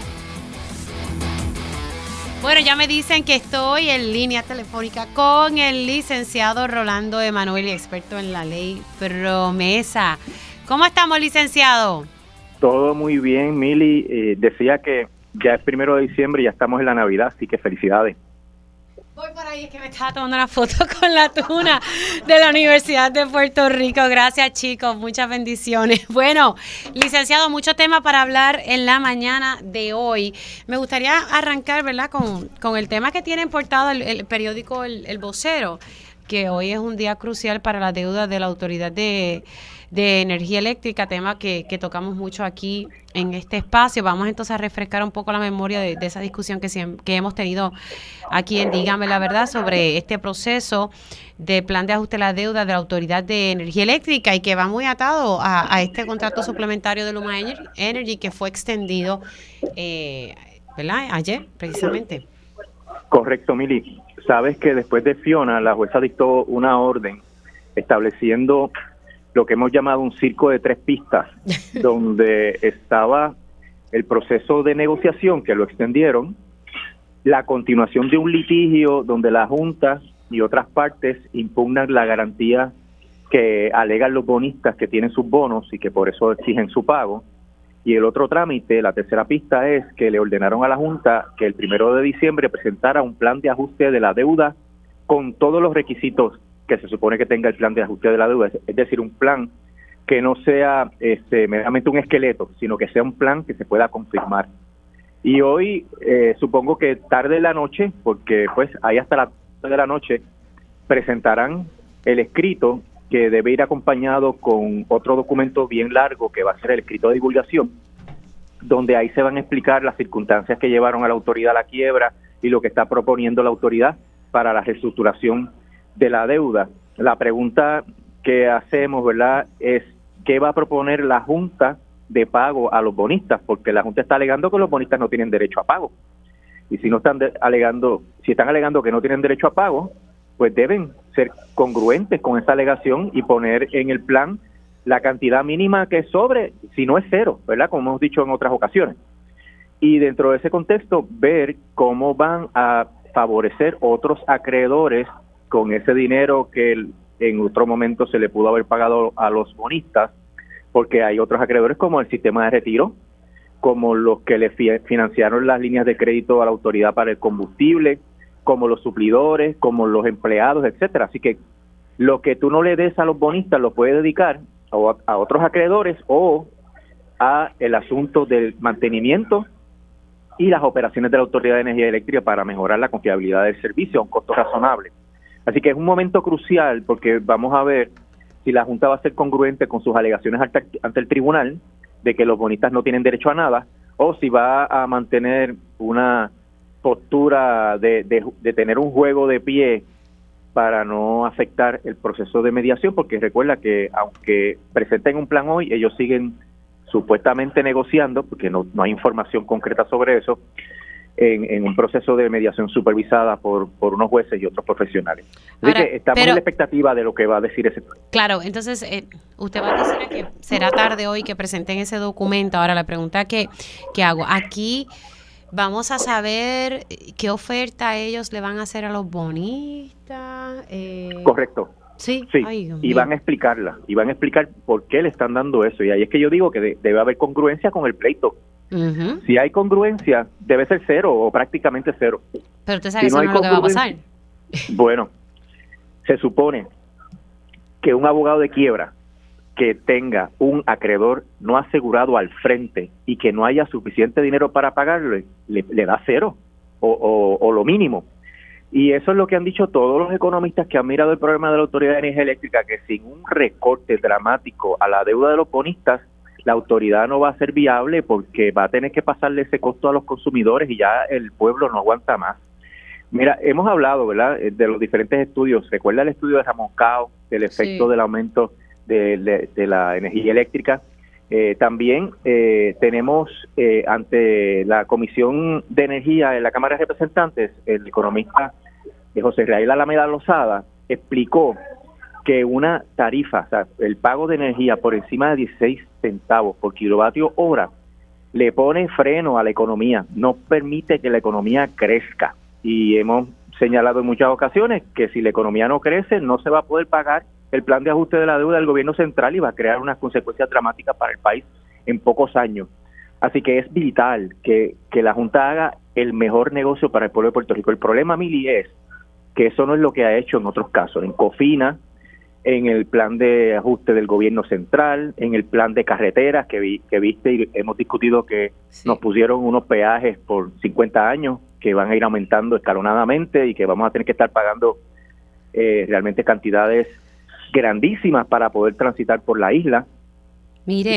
Bueno, ya me dicen que estoy en línea telefónica con el licenciado Rolando Emanueli, experto en la ley promesa. ¿Cómo estamos, licenciado? Todo muy bien, Mili. Decía que ya es 1 de diciembre y ya estamos en la Navidad, así que felicidades. Voy por ahí, es que me estaba tomando una foto con la tuna de la Universidad de Puerto Rico. Gracias, chicos, muchas bendiciones. Bueno, licenciado, mucho tema para hablar en la mañana de hoy. Me gustaría arrancar, ¿verdad?, con el tema que tiene en portada el periódico El Vocero, que hoy es un día crucial para la deuda de la Autoridad de Energía Eléctrica, tema que tocamos mucho aquí en este espacio. Vamos entonces a refrescar un poco la memoria de esa discusión que hemos tenido aquí en Dígame la Verdad sobre este proceso de plan de ajuste de la deuda de la Autoridad de Energía Eléctrica, y que va muy atado a este contrato suplementario de Luma Energy que fue extendido ¿verdad?, ayer precisamente. Correcto, Mili. Sabes que después de Fiona, la jueza dictó una orden estableciendo lo que hemos llamado un circo de 3 pistas, donde estaba el proceso de negociación que lo extendieron, la continuación de un litigio donde la Junta y otras partes impugnan la garantía que alegan los bonistas que tienen sus bonos y que por eso exigen su pago. Y el otro trámite, la tercera pista, es que le ordenaron a la Junta que el 1 de diciembre presentara un plan de ajuste de la deuda con todos los requisitos que se supone que tenga el plan de ajuste de la deuda, es decir, un plan que no sea meramente un esqueleto, sino que sea un plan que se pueda confirmar. Y hoy, supongo que tarde en la noche, porque pues ahí hasta las 12 de la noche, presentarán el escrito que debe ir acompañado con otro documento bien largo que va a ser el escrito de divulgación, donde ahí se van a explicar las circunstancias que llevaron a la autoridad a la quiebra y lo que está proponiendo la autoridad para la reestructuración de la deuda. La pregunta que hacemos, ¿verdad?, es ¿qué va a proponer la Junta de pago a los bonistas? Porque la Junta está alegando que los bonistas no tienen derecho a pago. Y si no están si están alegando que no tienen derecho a pago, pues deben ser congruentes con esa alegación y poner en el plan la cantidad mínima que sobre, si no es cero, ¿verdad?, como hemos dicho en otras ocasiones. Y dentro de ese contexto, ver cómo van a favorecer otros acreedores con ese dinero que en otro momento se le pudo haber pagado a los bonistas, porque hay otros acreedores como el sistema de retiro, como los que le financiaron las líneas de crédito a la autoridad para el combustible, como los suplidores, como los empleados, etcétera. Así que lo que tú no le des a los bonistas lo puedes dedicar a otros acreedores o a el asunto del mantenimiento y las operaciones de la Autoridad de Energía Eléctrica para mejorar la confiabilidad del servicio a un costo razonable. Así que es un momento crucial porque vamos a ver si la Junta va a ser congruente con sus alegaciones ante el tribunal de que los bonistas no tienen derecho a nada, o si va a mantener una postura de tener un juego de pie para no afectar el proceso de mediación, porque recuerda que aunque presenten un plan hoy, ellos siguen supuestamente negociando, porque no hay información concreta sobre eso, en un proceso de mediación supervisada por unos jueces y otros profesionales. Así Ahora, que estamos en la expectativa de lo que va a decir ese plan. Claro, entonces usted va a decir que será tarde hoy que presenten ese documento. Ahora la pregunta que hago, aquí vamos a saber qué oferta ellos le van a hacer a los bonistas. Correcto. Sí. Ay, y van a explicarla, y van a explicar por qué le están dando eso. Y ahí es que yo digo que debe haber congruencia con el pleito. Uh-huh. Si hay congruencia, debe ser cero o prácticamente cero. Pero usted sabe que eso no es lo que va a pasar. Bueno, se supone que un abogado de quiebra que tenga un acreedor no asegurado al frente y que no haya suficiente dinero para pagarle, le da cero o lo mínimo. Y eso es lo que han dicho todos los economistas que han mirado el problema de la Autoridad de Energía Eléctrica, que sin un recorte dramático a la deuda de los bonistas, la autoridad no va a ser viable porque va a tener que pasarle ese costo a los consumidores y ya el pueblo no aguanta más. Mira, hemos hablado, ¿verdad?, de los diferentes estudios. Recuerda el estudio de Ramón Cao, del efecto del aumento de la energía eléctrica. También tenemos ante la Comisión de Energía en la Cámara de Representantes, el economista José Israel Alameda Lozada explicó que una tarifa, o sea, el pago de energía por encima de 16 centavos por kilovatio hora, le pone freno a la economía, no permite que la economía crezca. Y hemos señalado en muchas ocasiones que si la economía no crece, no se va a poder pagar el plan de ajuste de la deuda del gobierno central y va a crear unas consecuencias dramáticas para el país en pocos años. Así que es vital que la Junta haga el mejor negocio para el pueblo de Puerto Rico. El problema, Mili, es que eso no es lo que ha hecho en otros casos, en COFINA, en el plan de ajuste del gobierno central, en el plan de carreteras que viste y hemos discutido que nos pusieron unos peajes por 50 años que van a ir aumentando escalonadamente y que vamos a tener que estar pagando realmente cantidades grandísimas para poder transitar por la isla. Mire,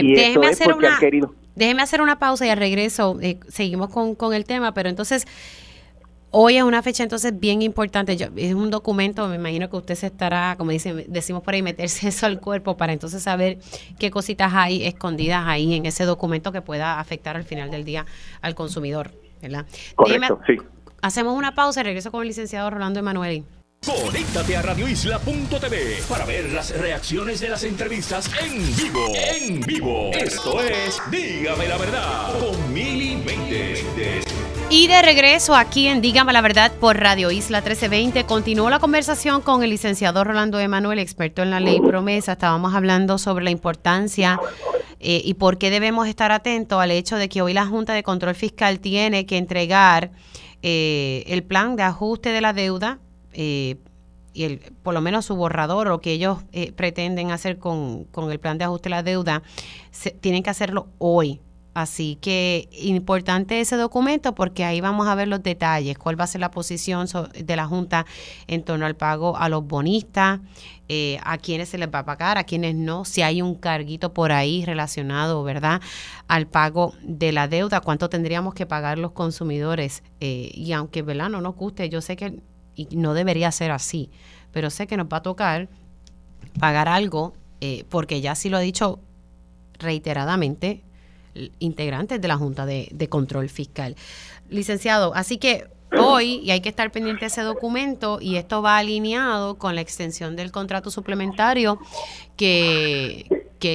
déjeme hacer una pausa y al regreso seguimos con el tema, pero entonces hoy es una fecha entonces bien importante. Es un documento, me imagino que usted se estará, como decimos por ahí, meterse eso al cuerpo para entonces saber qué cositas hay escondidas ahí en ese documento que pueda afectar al final del día al consumidor, ¿verdad? Correcto, sí. Hacemos una pausa y regreso con el licenciado Rolando Emanueli. Conéctate a radioisla.tv para ver las reacciones de las entrevistas en vivo. En vivo. Esto es Dígame la Verdad con Mili Méndez. Y de regreso aquí en Dígame la Verdad por Radio Isla 1320, continuó la conversación con el licenciado Rolando Emanuel, experto en la ley promesa. Estábamos hablando sobre la importancia y por qué debemos estar atentos al hecho de que hoy la Junta de Control Fiscal tiene que entregar el plan de ajuste de la deuda y por lo menos su borrador, o que ellos pretenden hacer con el plan de ajuste de la deuda, tienen que hacerlo hoy. Así que importante ese documento, porque ahí vamos a ver los detalles, cuál va a ser la posición de la Junta en torno al pago a los bonistas, a quienes se les va a pagar, a quienes no, si hay un carguito por ahí relacionado, ¿verdad?, al pago de la deuda, cuánto tendríamos que pagar los consumidores. Y aunque, ¿verdad?, no nos guste, yo sé que y no debería ser así, pero sé que nos va a tocar pagar algo, porque ya sí lo he dicho reiteradamente, integrantes de la Junta de Control Fiscal. Licenciado, así que hoy, y hay que estar pendiente de ese documento, y esto va alineado con la extensión del contrato suplementario que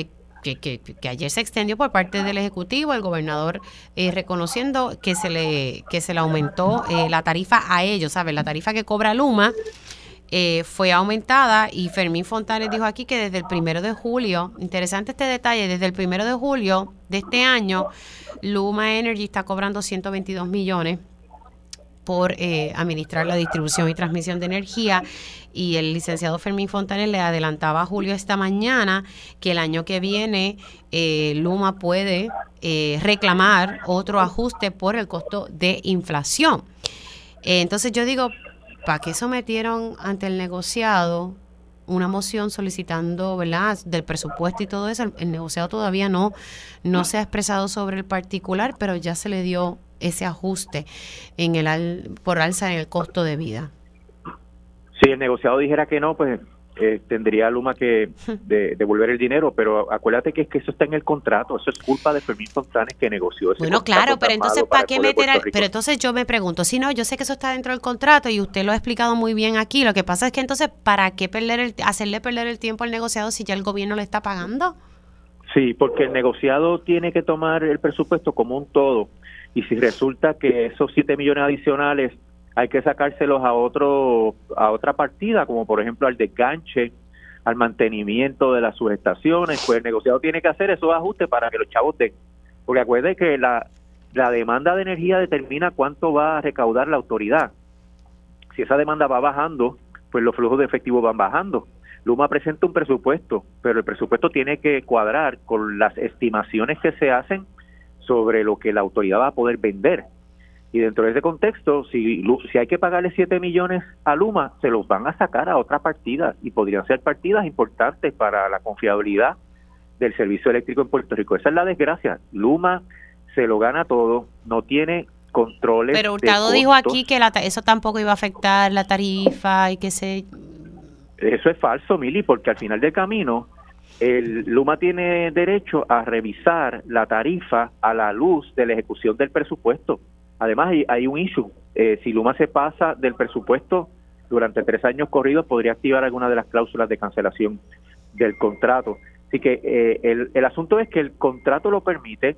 ayer se extendió por parte del Ejecutivo, el gobernador reconociendo que se le aumentó la tarifa a ellos, ¿sabes? La tarifa que cobra Luma fue aumentada, y Fermín Fontanes dijo aquí que desde el 1 de julio, interesante este detalle, desde el 1 de julio de este año, Luma Energy está cobrando 122 millones por administrar la distribución y transmisión de energía, y el licenciado Fermín Fontanes le adelantaba a Julio esta mañana que el año que viene Luma puede reclamar otro ajuste por el costo de inflación. Entonces yo digo, ¿para qué sometieron ante el negociado una moción solicitando, ¿verdad?, del presupuesto y todo eso? El negociado todavía no se ha expresado sobre el particular, pero ya se le dio ese ajuste por alza en el costo de vida. Si el negociado dijera que no, pues tendría Luma que devolver el dinero, pero acuérdate que es que eso está en el contrato, eso es culpa de Fermín Fontanes que negoció ese Bueno, claro, pero entonces ¿para qué meter pero entonces yo me pregunto, si no, yo sé que eso está dentro del contrato y usted lo ha explicado muy bien aquí, lo que pasa es que entonces ¿para qué hacerle perder el tiempo al negociado si ya el gobierno le está pagando? Sí, porque el negociado tiene que tomar el presupuesto como un todo, y si resulta que esos 7 millones adicionales hay que sacárselos a otra partida, como por ejemplo al desganche, al mantenimiento de las subestaciones, pues el negociado tiene que hacer esos ajustes para que los chavos den. Porque acuérdense que la demanda de energía determina cuánto va a recaudar la autoridad. Si esa demanda va bajando, pues los flujos de efectivo van bajando. Luma presenta un presupuesto, pero el presupuesto tiene que cuadrar con las estimaciones que se hacen sobre lo que la autoridad va a poder vender. Y dentro de ese contexto, si hay que pagarle 7 millones a Luma, se los van a sacar a otra partida, y podrían ser partidas importantes para la confiabilidad del servicio eléctrico en Puerto Rico. Esa es la desgracia. Luma se lo gana todo, no tiene controles. Pero Hurtado dijo aquí que eso tampoco iba a afectar la tarifa y que se... Eso es falso, Mili, porque al final del camino Luma tiene derecho a revisar la tarifa a la luz de la ejecución del presupuesto. Además, hay un issue. Si Luma se pasa del presupuesto durante 3 años corridos, podría activar alguna de las cláusulas de cancelación del contrato. Así que el asunto es que el contrato lo permite,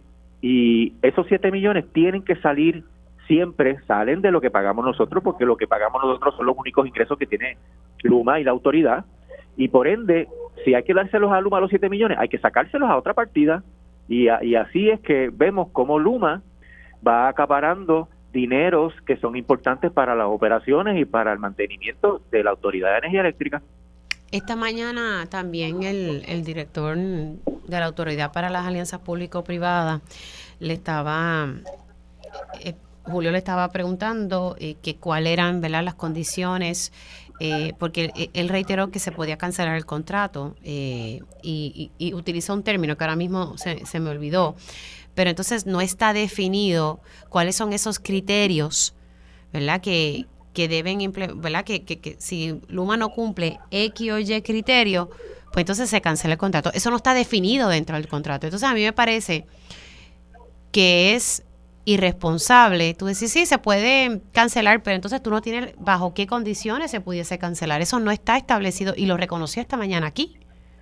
y esos 7 millones tienen que salir siempre, salen de lo que pagamos nosotros, porque lo que pagamos nosotros son los únicos ingresos que tiene Luma y la autoridad. Y por ende, si hay que dárselos a Luma los 7 millones, hay que sacárselos a otra partida. Y así es que vemos cómo Luma va acaparando dineros que son importantes para las operaciones y para el mantenimiento de la Autoridad de Energía Eléctrica. Esta mañana también el director de la Autoridad para las Alianzas Público-Privadas Julio le estaba preguntando que cuáles eran, ¿verdad?, las condiciones, porque él reiteró que se podía cancelar el contrato y utilizó un término que ahora mismo se me olvidó. Pero entonces no está definido cuáles son esos criterios, ¿verdad?, que deben, ¿verdad?, que si Luma no cumple X o Y criterio, pues entonces se cancela el contrato. Eso no está definido dentro del contrato. Entonces a mí me parece que es irresponsable, tú decís, sí, se puede cancelar, pero entonces tú no tienes bajo qué condiciones se pudiese cancelar. Eso no está establecido y lo reconoció esta mañana aquí.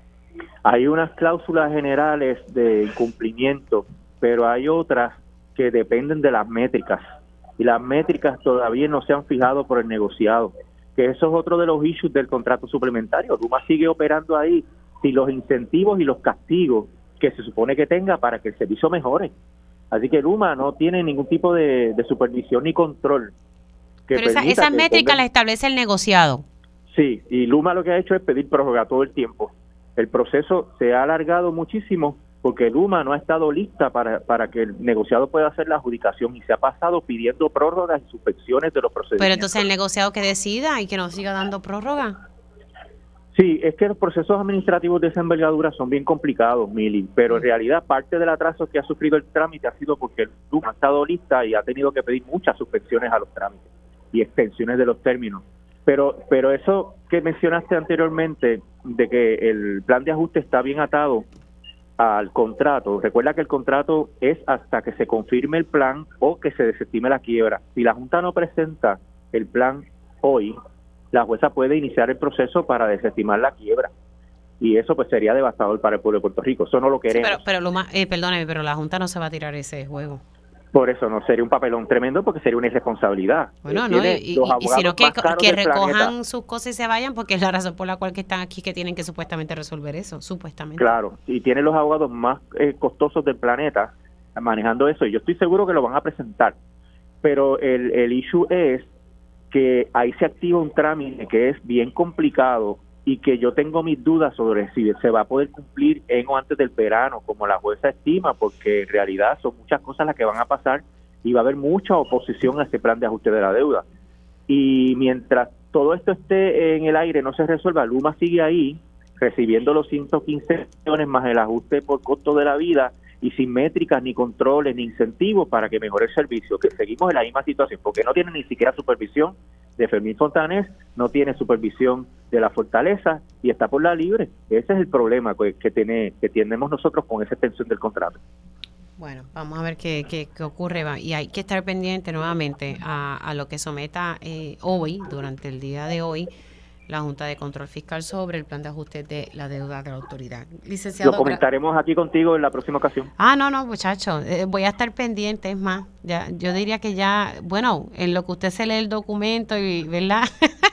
Hay unas cláusulas generales de incumplimiento, pero hay otras que dependen de las métricas, y las métricas todavía no se han fijado por el negociado, que eso es otro de los issues del contrato suplementario. Luma sigue operando ahí sin los incentivos y los castigos que se supone que tenga para que el servicio mejore. Así que Luma no tiene ningún tipo de supervisión ni control. Pero esas métricas las establece el negociado. Sí, y Luma lo que ha hecho es pedir prórroga todo el tiempo. El proceso se ha alargado muchísimo porque Luma no ha estado lista para que el negociado pueda hacer la adjudicación y se ha pasado pidiendo prórrogas y suspensiones de los procedimientos. Pero entonces el negociado que decida y que nos siga dando prórroga. Sí, es que los procesos administrativos de esa envergadura son bien complicados, Mili, pero en realidad parte del atraso que ha sufrido el trámite ha sido porque Luma ha estado lista y ha tenido que pedir muchas suspensiones a los trámites y extensiones de los términos. Pero eso que mencionaste anteriormente, de que el plan de ajuste está bien atado al contrato, recuerda que el contrato es hasta que se confirme el plan o que se desestime la quiebra. Si la Junta no presenta el plan hoy, la jueza puede iniciar el proceso para desestimar la quiebra. Y eso pues sería devastador para el pueblo de Puerto Rico. Eso no lo queremos. Sí, perdóneme, pero la Junta no se va a tirar ese juego. Por eso no sería un papelón tremendo, porque sería una irresponsabilidad. Bueno, no, y si no, que recojan sus cosas y se vayan, porque es la razón por la cual que están aquí, que tienen que supuestamente resolver eso, supuestamente. Claro, y tienen los abogados más costosos del planeta manejando eso, y yo estoy seguro que lo van a presentar. Pero el issue es que ahí se activa un trámite que es bien complicado y que yo tengo mis dudas sobre si se va a poder cumplir en o antes del verano, como la jueza estima, porque en realidad son muchas cosas las que van a pasar y va a haber mucha oposición a este plan de ajuste de la deuda. Y mientras todo esto esté en el aire, no se resuelva, Luma sigue ahí recibiendo los 115 millones más el ajuste por costo de la vida y sin métricas, ni controles, ni incentivos para que mejore el servicio, que seguimos en la misma situación, porque no tiene ni siquiera supervisión de Fermín Fontanés, no tiene supervisión de la Fortaleza y está por la libre. Ese es el problema que tenemos nosotros con esa extensión del contrato. Bueno, vamos a ver qué ocurre, y hay que estar pendiente nuevamente a lo que someta hoy, durante el día de hoy, la Junta de Control Fiscal sobre el plan de ajuste de la deuda de la autoridad. Licenciado, lo comentaremos aquí contigo en la próxima ocasión. No, muchacho, voy a estar pendiente, es más, ya, yo diría que ya, bueno, en lo que usted se lee el documento, y ¿verdad?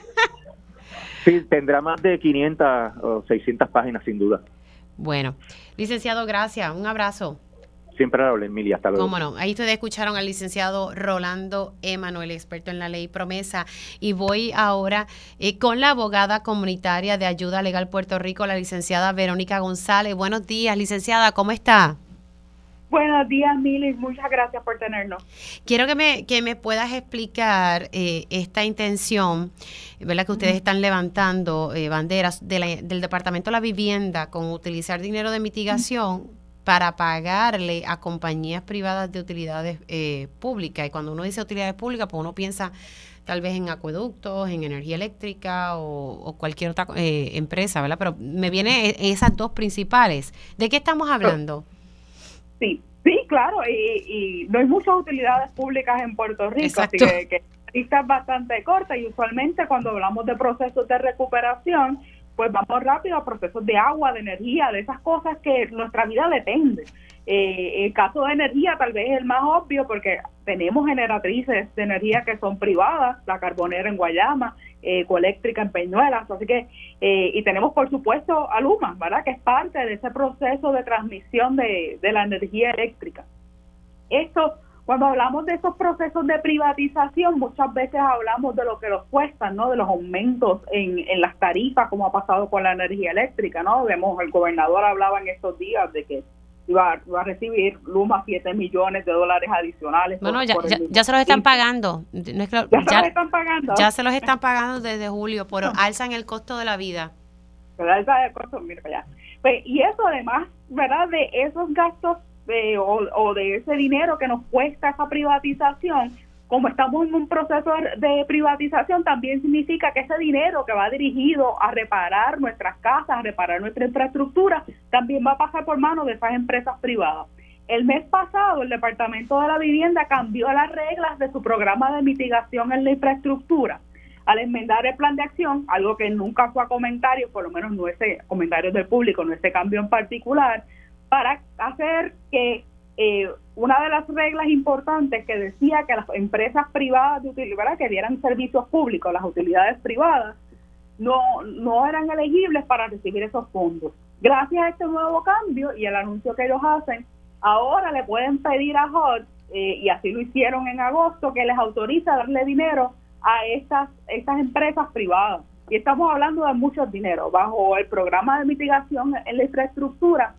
Sí, tendrá más de 500 o 600 páginas, sin duda. Bueno, licenciado, gracias, un abrazo. Siempre agradable, Emilia, hasta luego. Cómo no, ahí ustedes escucharon al licenciado Rolando Emanuel, experto en la ley promesa, y voy ahora con la abogada comunitaria de Ayuda Legal Puerto Rico, la licenciada Verónica González. Buenos días, licenciada, ¿cómo está? Buenos días, Mili, muchas gracias por tenernos. Quiero que me puedas explicar esta intención, ¿verdad? Que ustedes están levantando banderas del Departamento de la Vivienda con utilizar dinero de mitigación para pagarle a compañías privadas de utilidades públicas. Y cuando uno dice utilidades públicas, pues uno piensa tal vez en acueductos, en energía eléctrica o cualquier otra empresa, ¿verdad? Pero me vienen esas dos principales. ¿De qué estamos hablando? Sí, claro, y no hay muchas utilidades públicas en Puerto Rico, Exacto. Así que la lista es bastante corta, y usualmente cuando hablamos de procesos de recuperación, pues vamos rápido a procesos de agua, de energía, de esas cosas que nuestra vida depende. El caso de energía tal vez es el más obvio, porque tenemos generatrices de energía que son privadas, la Carbonera en Guayama, Ecoeléctrica en Peñuelas, así que y tenemos por supuesto a Luma, ¿verdad?, que es parte de ese proceso de transmisión de la energía eléctrica. Esto, cuando hablamos de esos procesos de privatización, muchas veces hablamos de lo que nos cuestan, ¿no?, de los aumentos en las tarifas, como ha pasado con la energía eléctrica, ¿no? Vemos, el gobernador hablaba en estos días de que iba a recibir Luma $7 millones adicionales. Bueno, ya se los están pagando. No es que, ¿Ya se los están pagando? Ya se los están pagando desde julio, pero alzan el costo de la vida. Pero alzan el costo, mira allá. Pues, y eso además, ¿verdad?, de esos gastos o de ese dinero que nos cuesta esa privatización, como estamos en un proceso de privatización, también significa que ese dinero que va dirigido a reparar nuestras casas, a reparar nuestra infraestructura, también va a pasar por manos de esas empresas privadas. el mes pasado el Departamento de la Vivienda cambió las reglas de su programa de mitigación en la infraestructura al enmendar el plan de acción, algo que nunca fue a comentarios, por lo menos no ese comentarios del público, no ese cambio en particular, para hacer que una de las reglas importantes que decía que las empresas privadas de utilidad que dieran servicios públicos, las utilidades privadas, no eran elegibles para recibir esos fondos. Gracias a este nuevo cambio y el anuncio que ellos hacen, ahora le pueden pedir a HUD, y así lo hicieron en agosto, que les autoriza a darle dinero a estas empresas privadas. Y estamos hablando de muchos dinero. Bajo el programa de mitigación en la infraestructura,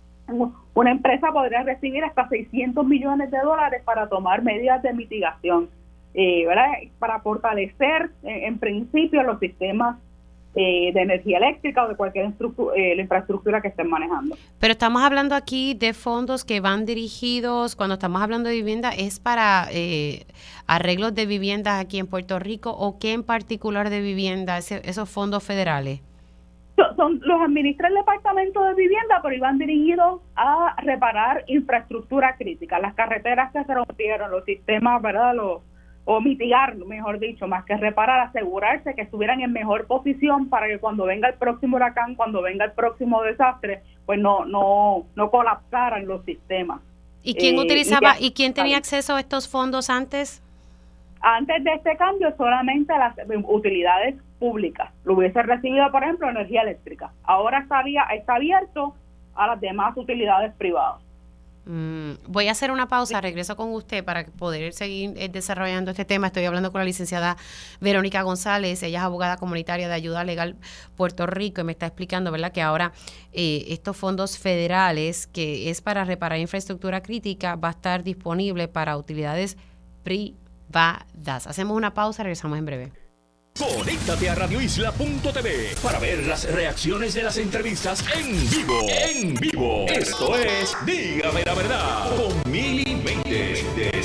una empresa podría recibir hasta $600 millones para tomar medidas de mitigación, ¿verdad? Para fortalecer, en principio, los sistemas de energía eléctrica o de cualquier la infraestructura que estén manejando. Pero estamos hablando aquí de fondos que van dirigidos, cuando estamos hablando de vivienda, ¿es para arreglos de viviendas aquí en Puerto Rico o qué en particular de vivienda, esos fondos federales? Los administra el Departamento de Vivienda, pero iban dirigidos a reparar infraestructura crítica, las carreteras que se rompieron, los sistemas, ¿verdad? O mitigar, mejor dicho, más que reparar, asegurarse que estuvieran en mejor posición para que cuando venga el próximo huracán, cuando venga el próximo desastre, pues no colapsaran los sistemas. ¿Y quién utilizaba y quién tenía acceso a estos fondos antes? Antes de este cambio, solamente las utilidades públicas. Lo hubiese recibido, por ejemplo, energía eléctrica. Ahora está abierto a las demás utilidades privadas. Voy a hacer una pausa, regreso con usted para poder seguir desarrollando este tema. Estoy hablando con la licenciada Verónica González, ella es abogada comunitaria de Ayuda Legal Puerto Rico y me está explicando, ¿verdad?, que ahora estos fondos federales, que es para reparar infraestructura crítica, va a estar disponible para utilidades privadas. Hacemos una pausa, regresamos en breve. Conéctate a radioisla.tv para ver las reacciones de las entrevistas en vivo. En vivo. Esto es Dígame la Verdad con Mili Méndez.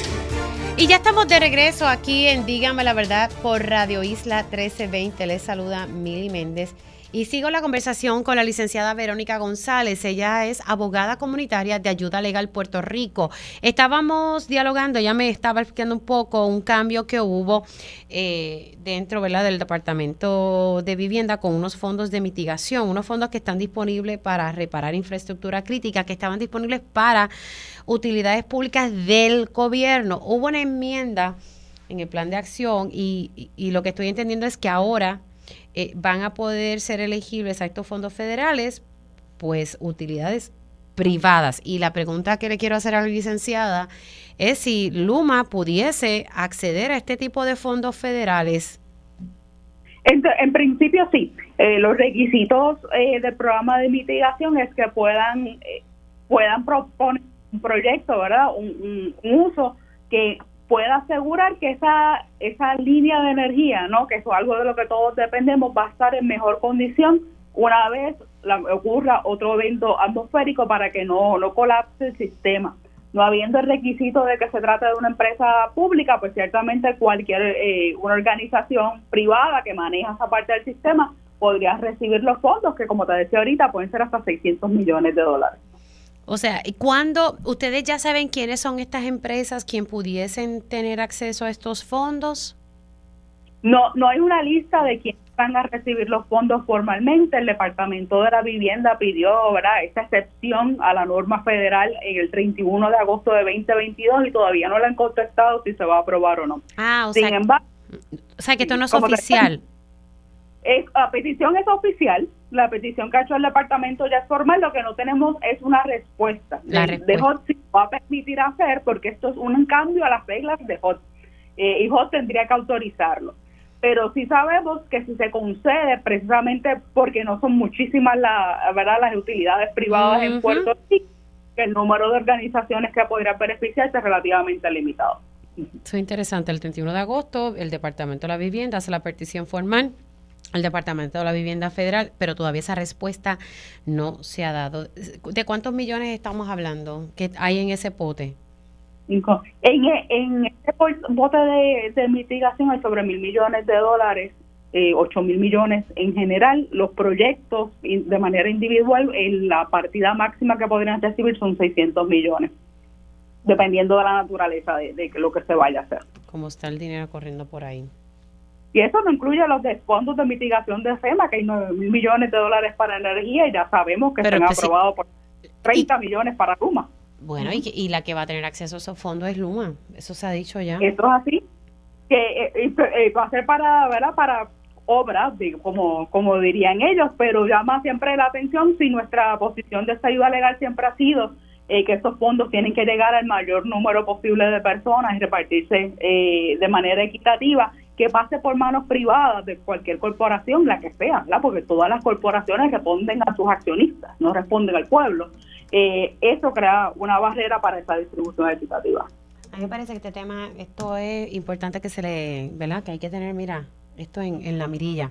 Y ya estamos de regreso aquí en Dígame la Verdad por Radio Isla 1320. Les saluda Mili Méndez. Y sigo la conversación con la licenciada Verónica González. Ella es abogada comunitaria de Ayuda Legal Puerto Rico. Estábamos dialogando, ella me estaba explicando un poco un cambio que hubo dentro, ¿verdad?, del Departamento de Vivienda con unos fondos de mitigación, unos fondos que están disponibles para reparar infraestructura crítica, que estaban disponibles para utilidades públicas del gobierno. Hubo una enmienda en el plan de acción y lo que estoy entendiendo es que ahora van a poder ser elegibles a estos fondos federales, pues utilidades privadas. Y la pregunta que le quiero hacer a la licenciada es si Luma pudiese acceder a este tipo de fondos federales. En principio sí. Los requisitos del programa de mitigación es que puedan proponer un proyecto, ¿verdad? Un uso que pueda asegurar que esa línea de energía, ¿no?, que eso es algo de lo que todos dependemos, va a estar en mejor condición una vez ocurra otro evento atmosférico para que no colapse el sistema. No habiendo el requisito de que se trate de una empresa pública, pues ciertamente cualquier una organización privada que maneja esa parte del sistema podría recibir los fondos, que como te decía ahorita, pueden ser hasta $600 millones. O sea, ¿y cuándo ustedes ya saben quiénes son estas empresas quien pudiesen tener acceso a estos fondos? No hay una lista de quiénes van a recibir los fondos formalmente. El Departamento de la Vivienda pidió, ¿verdad?, esta excepción a la norma federal en el 31 de agosto de 2022 y todavía no le han contestado si se va a aprobar o no. Sin embargo, que esto no es oficial. La petición es oficial, la petición que ha hecho el departamento ya es formal, lo que no tenemos es una respuesta. De HUD sí va a permitir hacer, porque esto es un cambio a las reglas de HUD, y HUD tendría que autorizarlo. Pero sí sabemos que si se concede, precisamente porque no son muchísimas las utilidades privadas en Puerto Rico, que el número de organizaciones que podrían beneficiarse es relativamente limitado. Eso es interesante. El 31 de agosto el Departamento de la Vivienda hace la petición formal al Departamento de la Vivienda Federal, pero todavía esa respuesta no se ha dado. ¿De cuántos millones estamos hablando que hay en ese pote? En este bote de mitigación hay sobre $1,000 millones, 8,000 millones en general. Los proyectos de manera individual, en la partida máxima que podrían recibir son $600 millones. dependiendo de la naturaleza de lo que se vaya a hacer. Como está el dinero corriendo por ahí. Y eso no incluye los fondos de mitigación de FEMA, que hay 9.000 millones de dólares para energía, y ya sabemos que se han aprobado por 30 millones para Luma. Bueno, y la que va a tener acceso a esos fondos es Luma, eso se ha dicho ya. Eso es así, que va a ser para, ¿verdad?, para obras, como dirían ellos, pero llama siempre la atención si nuestra posición de esta ayuda legal siempre ha sido que estos fondos tienen que llegar al mayor número posible de personas y repartirse de manera equitativa, que pase por manos privadas de cualquier corporación, la que sea, ¿verdad? Porque todas las corporaciones responden a sus accionistas, no responden al pueblo. Eso crea una barrera para esa distribución equitativa. A mí me parece que este tema, esto es importante que se le, ¿verdad? Que hay que tener, mira, esto en la mirilla.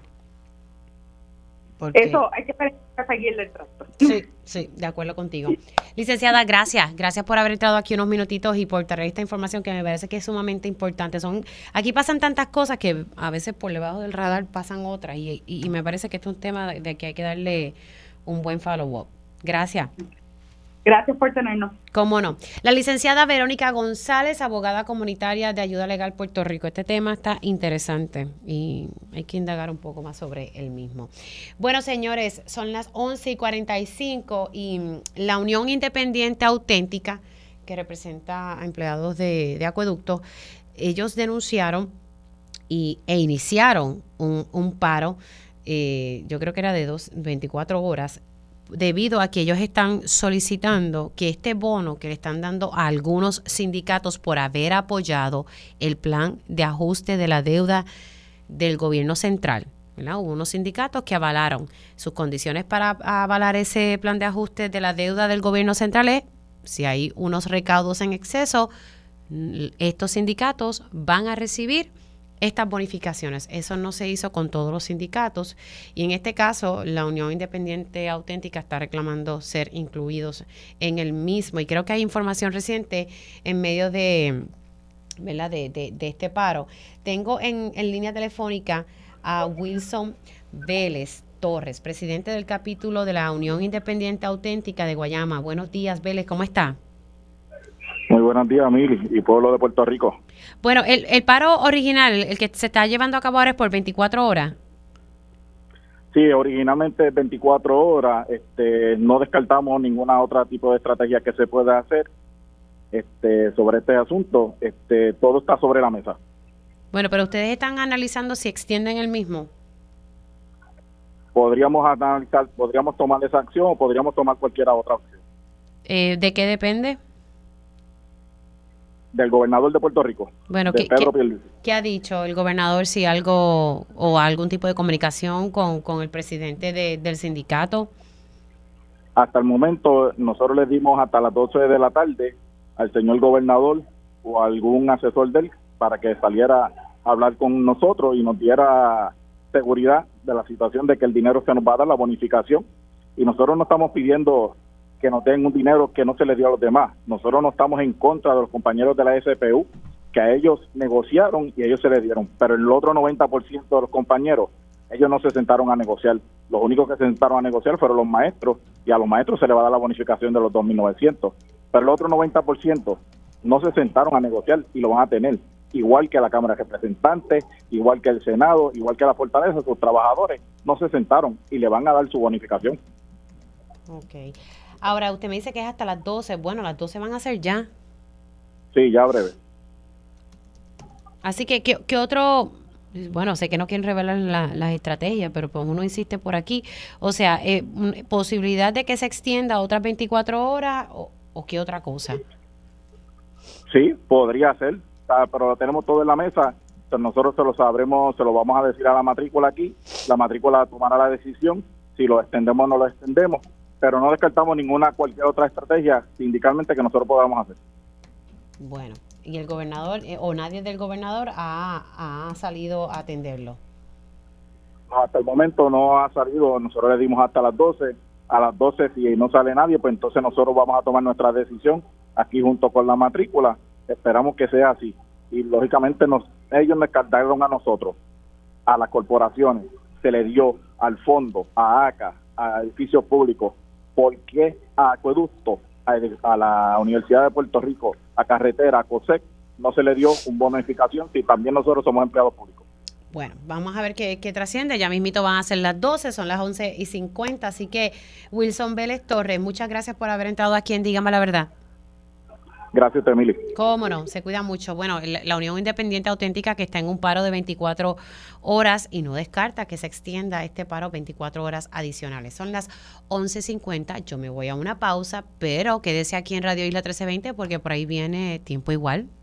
Porque eso hay que seguirle el trato. Sí, de acuerdo contigo. Licenciada, gracias por haber entrado aquí unos minutitos y por traer esta información que me parece que es sumamente importante. Aquí pasan tantas cosas que a veces por debajo del radar pasan otras y me parece que este es un tema de que hay que darle un buen follow-up. Gracias. Gracias por tenernos. Cómo no. La licenciada Verónica González, abogada comunitaria de Ayuda Legal Puerto Rico. Este tema está interesante y hay que indagar un poco más sobre el mismo. Bueno, señores, son las 11:45 y la Unión Independiente Auténtica, que representa a empleados de acueducto, ellos denunciaron e iniciaron un paro, yo creo que era de 24 horas, debido a que ellos están solicitando que este bono que le están dando a algunos sindicatos por haber apoyado el plan de ajuste de la deuda del gobierno central, ¿verdad? Hubo unos sindicatos que avalaron sus condiciones para avalar ese plan de ajuste de la deuda del gobierno central es, si hay unos recaudos en exceso, estos sindicatos van a recibir estas bonificaciones. Eso no se hizo con todos los sindicatos y en este caso la Unión Independiente Auténtica está reclamando ser incluidos en el mismo y creo que hay información reciente en medio de, ¿verdad?, de este paro. Tengo en línea telefónica a Wilson Vélez Torres, presidente del capítulo de la Unión Independiente Auténtica de Guayama. Buenos días, Vélez, ¿cómo está? Muy buenos días, Mili y pueblo de Puerto Rico. Bueno, el paro original, el que se está llevando a cabo ahora es por 24 horas. Sí, originalmente 24 horas. No descartamos ninguna otra tipo de estrategia que se pueda hacer sobre este asunto. Todo está sobre la mesa. Bueno, pero ustedes están analizando si extienden el mismo. Podríamos analizar, podríamos tomar esa acción o podríamos tomar cualquier otra opción. ¿De qué depende? Del gobernador de Puerto Rico. Bueno, ¿qué ha dicho el gobernador? Si algo o algún tipo de comunicación con el presidente del sindicato. Hasta el momento nosotros le dimos hasta las 12 de la tarde al señor gobernador o a algún asesor de él para que saliera a hablar con nosotros y nos diera seguridad de la situación de que el dinero se nos va a dar, la bonificación, y nosotros no estamos pidiendo que nos den un dinero que no se le dio a los demás. Nosotros no estamos en contra de los compañeros de la SPU, que a ellos negociaron y ellos se les dieron, pero el otro 90% de los compañeros, ellos no se sentaron a negociar. Los únicos que se sentaron a negociar fueron los maestros, y a los maestros se les va a dar la bonificación de los 2.900, pero el otro 90% no se sentaron a negociar y lo van a tener, igual que la Cámara de Representantes, igual que el Senado, igual que la Fortaleza. Sus trabajadores no se sentaron y le van a dar su bonificación. Ok. Ahora, usted me dice que es hasta las 12. Bueno, las 12 van a ser ya. Sí, ya breve. Así que, ¿qué otro? Bueno, sé que no quieren revelar las estrategias, pero pues uno insiste por aquí. O sea, ¿posibilidad de que se extienda a otras 24 horas o qué otra cosa? Sí, podría ser, pero lo tenemos todo en la mesa. Nosotros se lo sabremos, se lo vamos a decir a la matrícula aquí. La matrícula tomará la decisión si lo extendemos o no lo extendemos, pero no descartamos cualquier otra estrategia sindicalmente que nosotros podamos hacer. Bueno, ¿y el gobernador o nadie del gobernador ha salido a atenderlo? No, hasta el momento no ha salido. Nosotros le dimos hasta las 12. A las 12, si no sale nadie, pues entonces nosotros vamos a tomar nuestra decisión aquí junto con la matrícula. Esperamos que sea así. Y lógicamente ellos nos cargaron a nosotros, a las corporaciones, se le dio al fondo, a ACA, a edificios públicos. ¿Por qué a acueducto a la Universidad de Puerto Rico, a carretera, a COSEC, no se le dio un bono de bonificación si también nosotros somos empleados públicos. Bueno, vamos a ver qué trasciende. Ya mismito van a ser las 12, son las 11:50. Así que, Wilson Vélez Torres, muchas gracias por haber entrado aquí en Dígame la Verdad. Gracias, Emily. Cómo no, se cuida mucho. Bueno, la Unión Independiente Auténtica, que está en un paro de 24 horas y no descarta que se extienda este paro 24 horas adicionales. Son las 11:50, yo me voy a una pausa, pero quédese aquí en Radio Isla 1320 porque por ahí viene Tiempo Igual.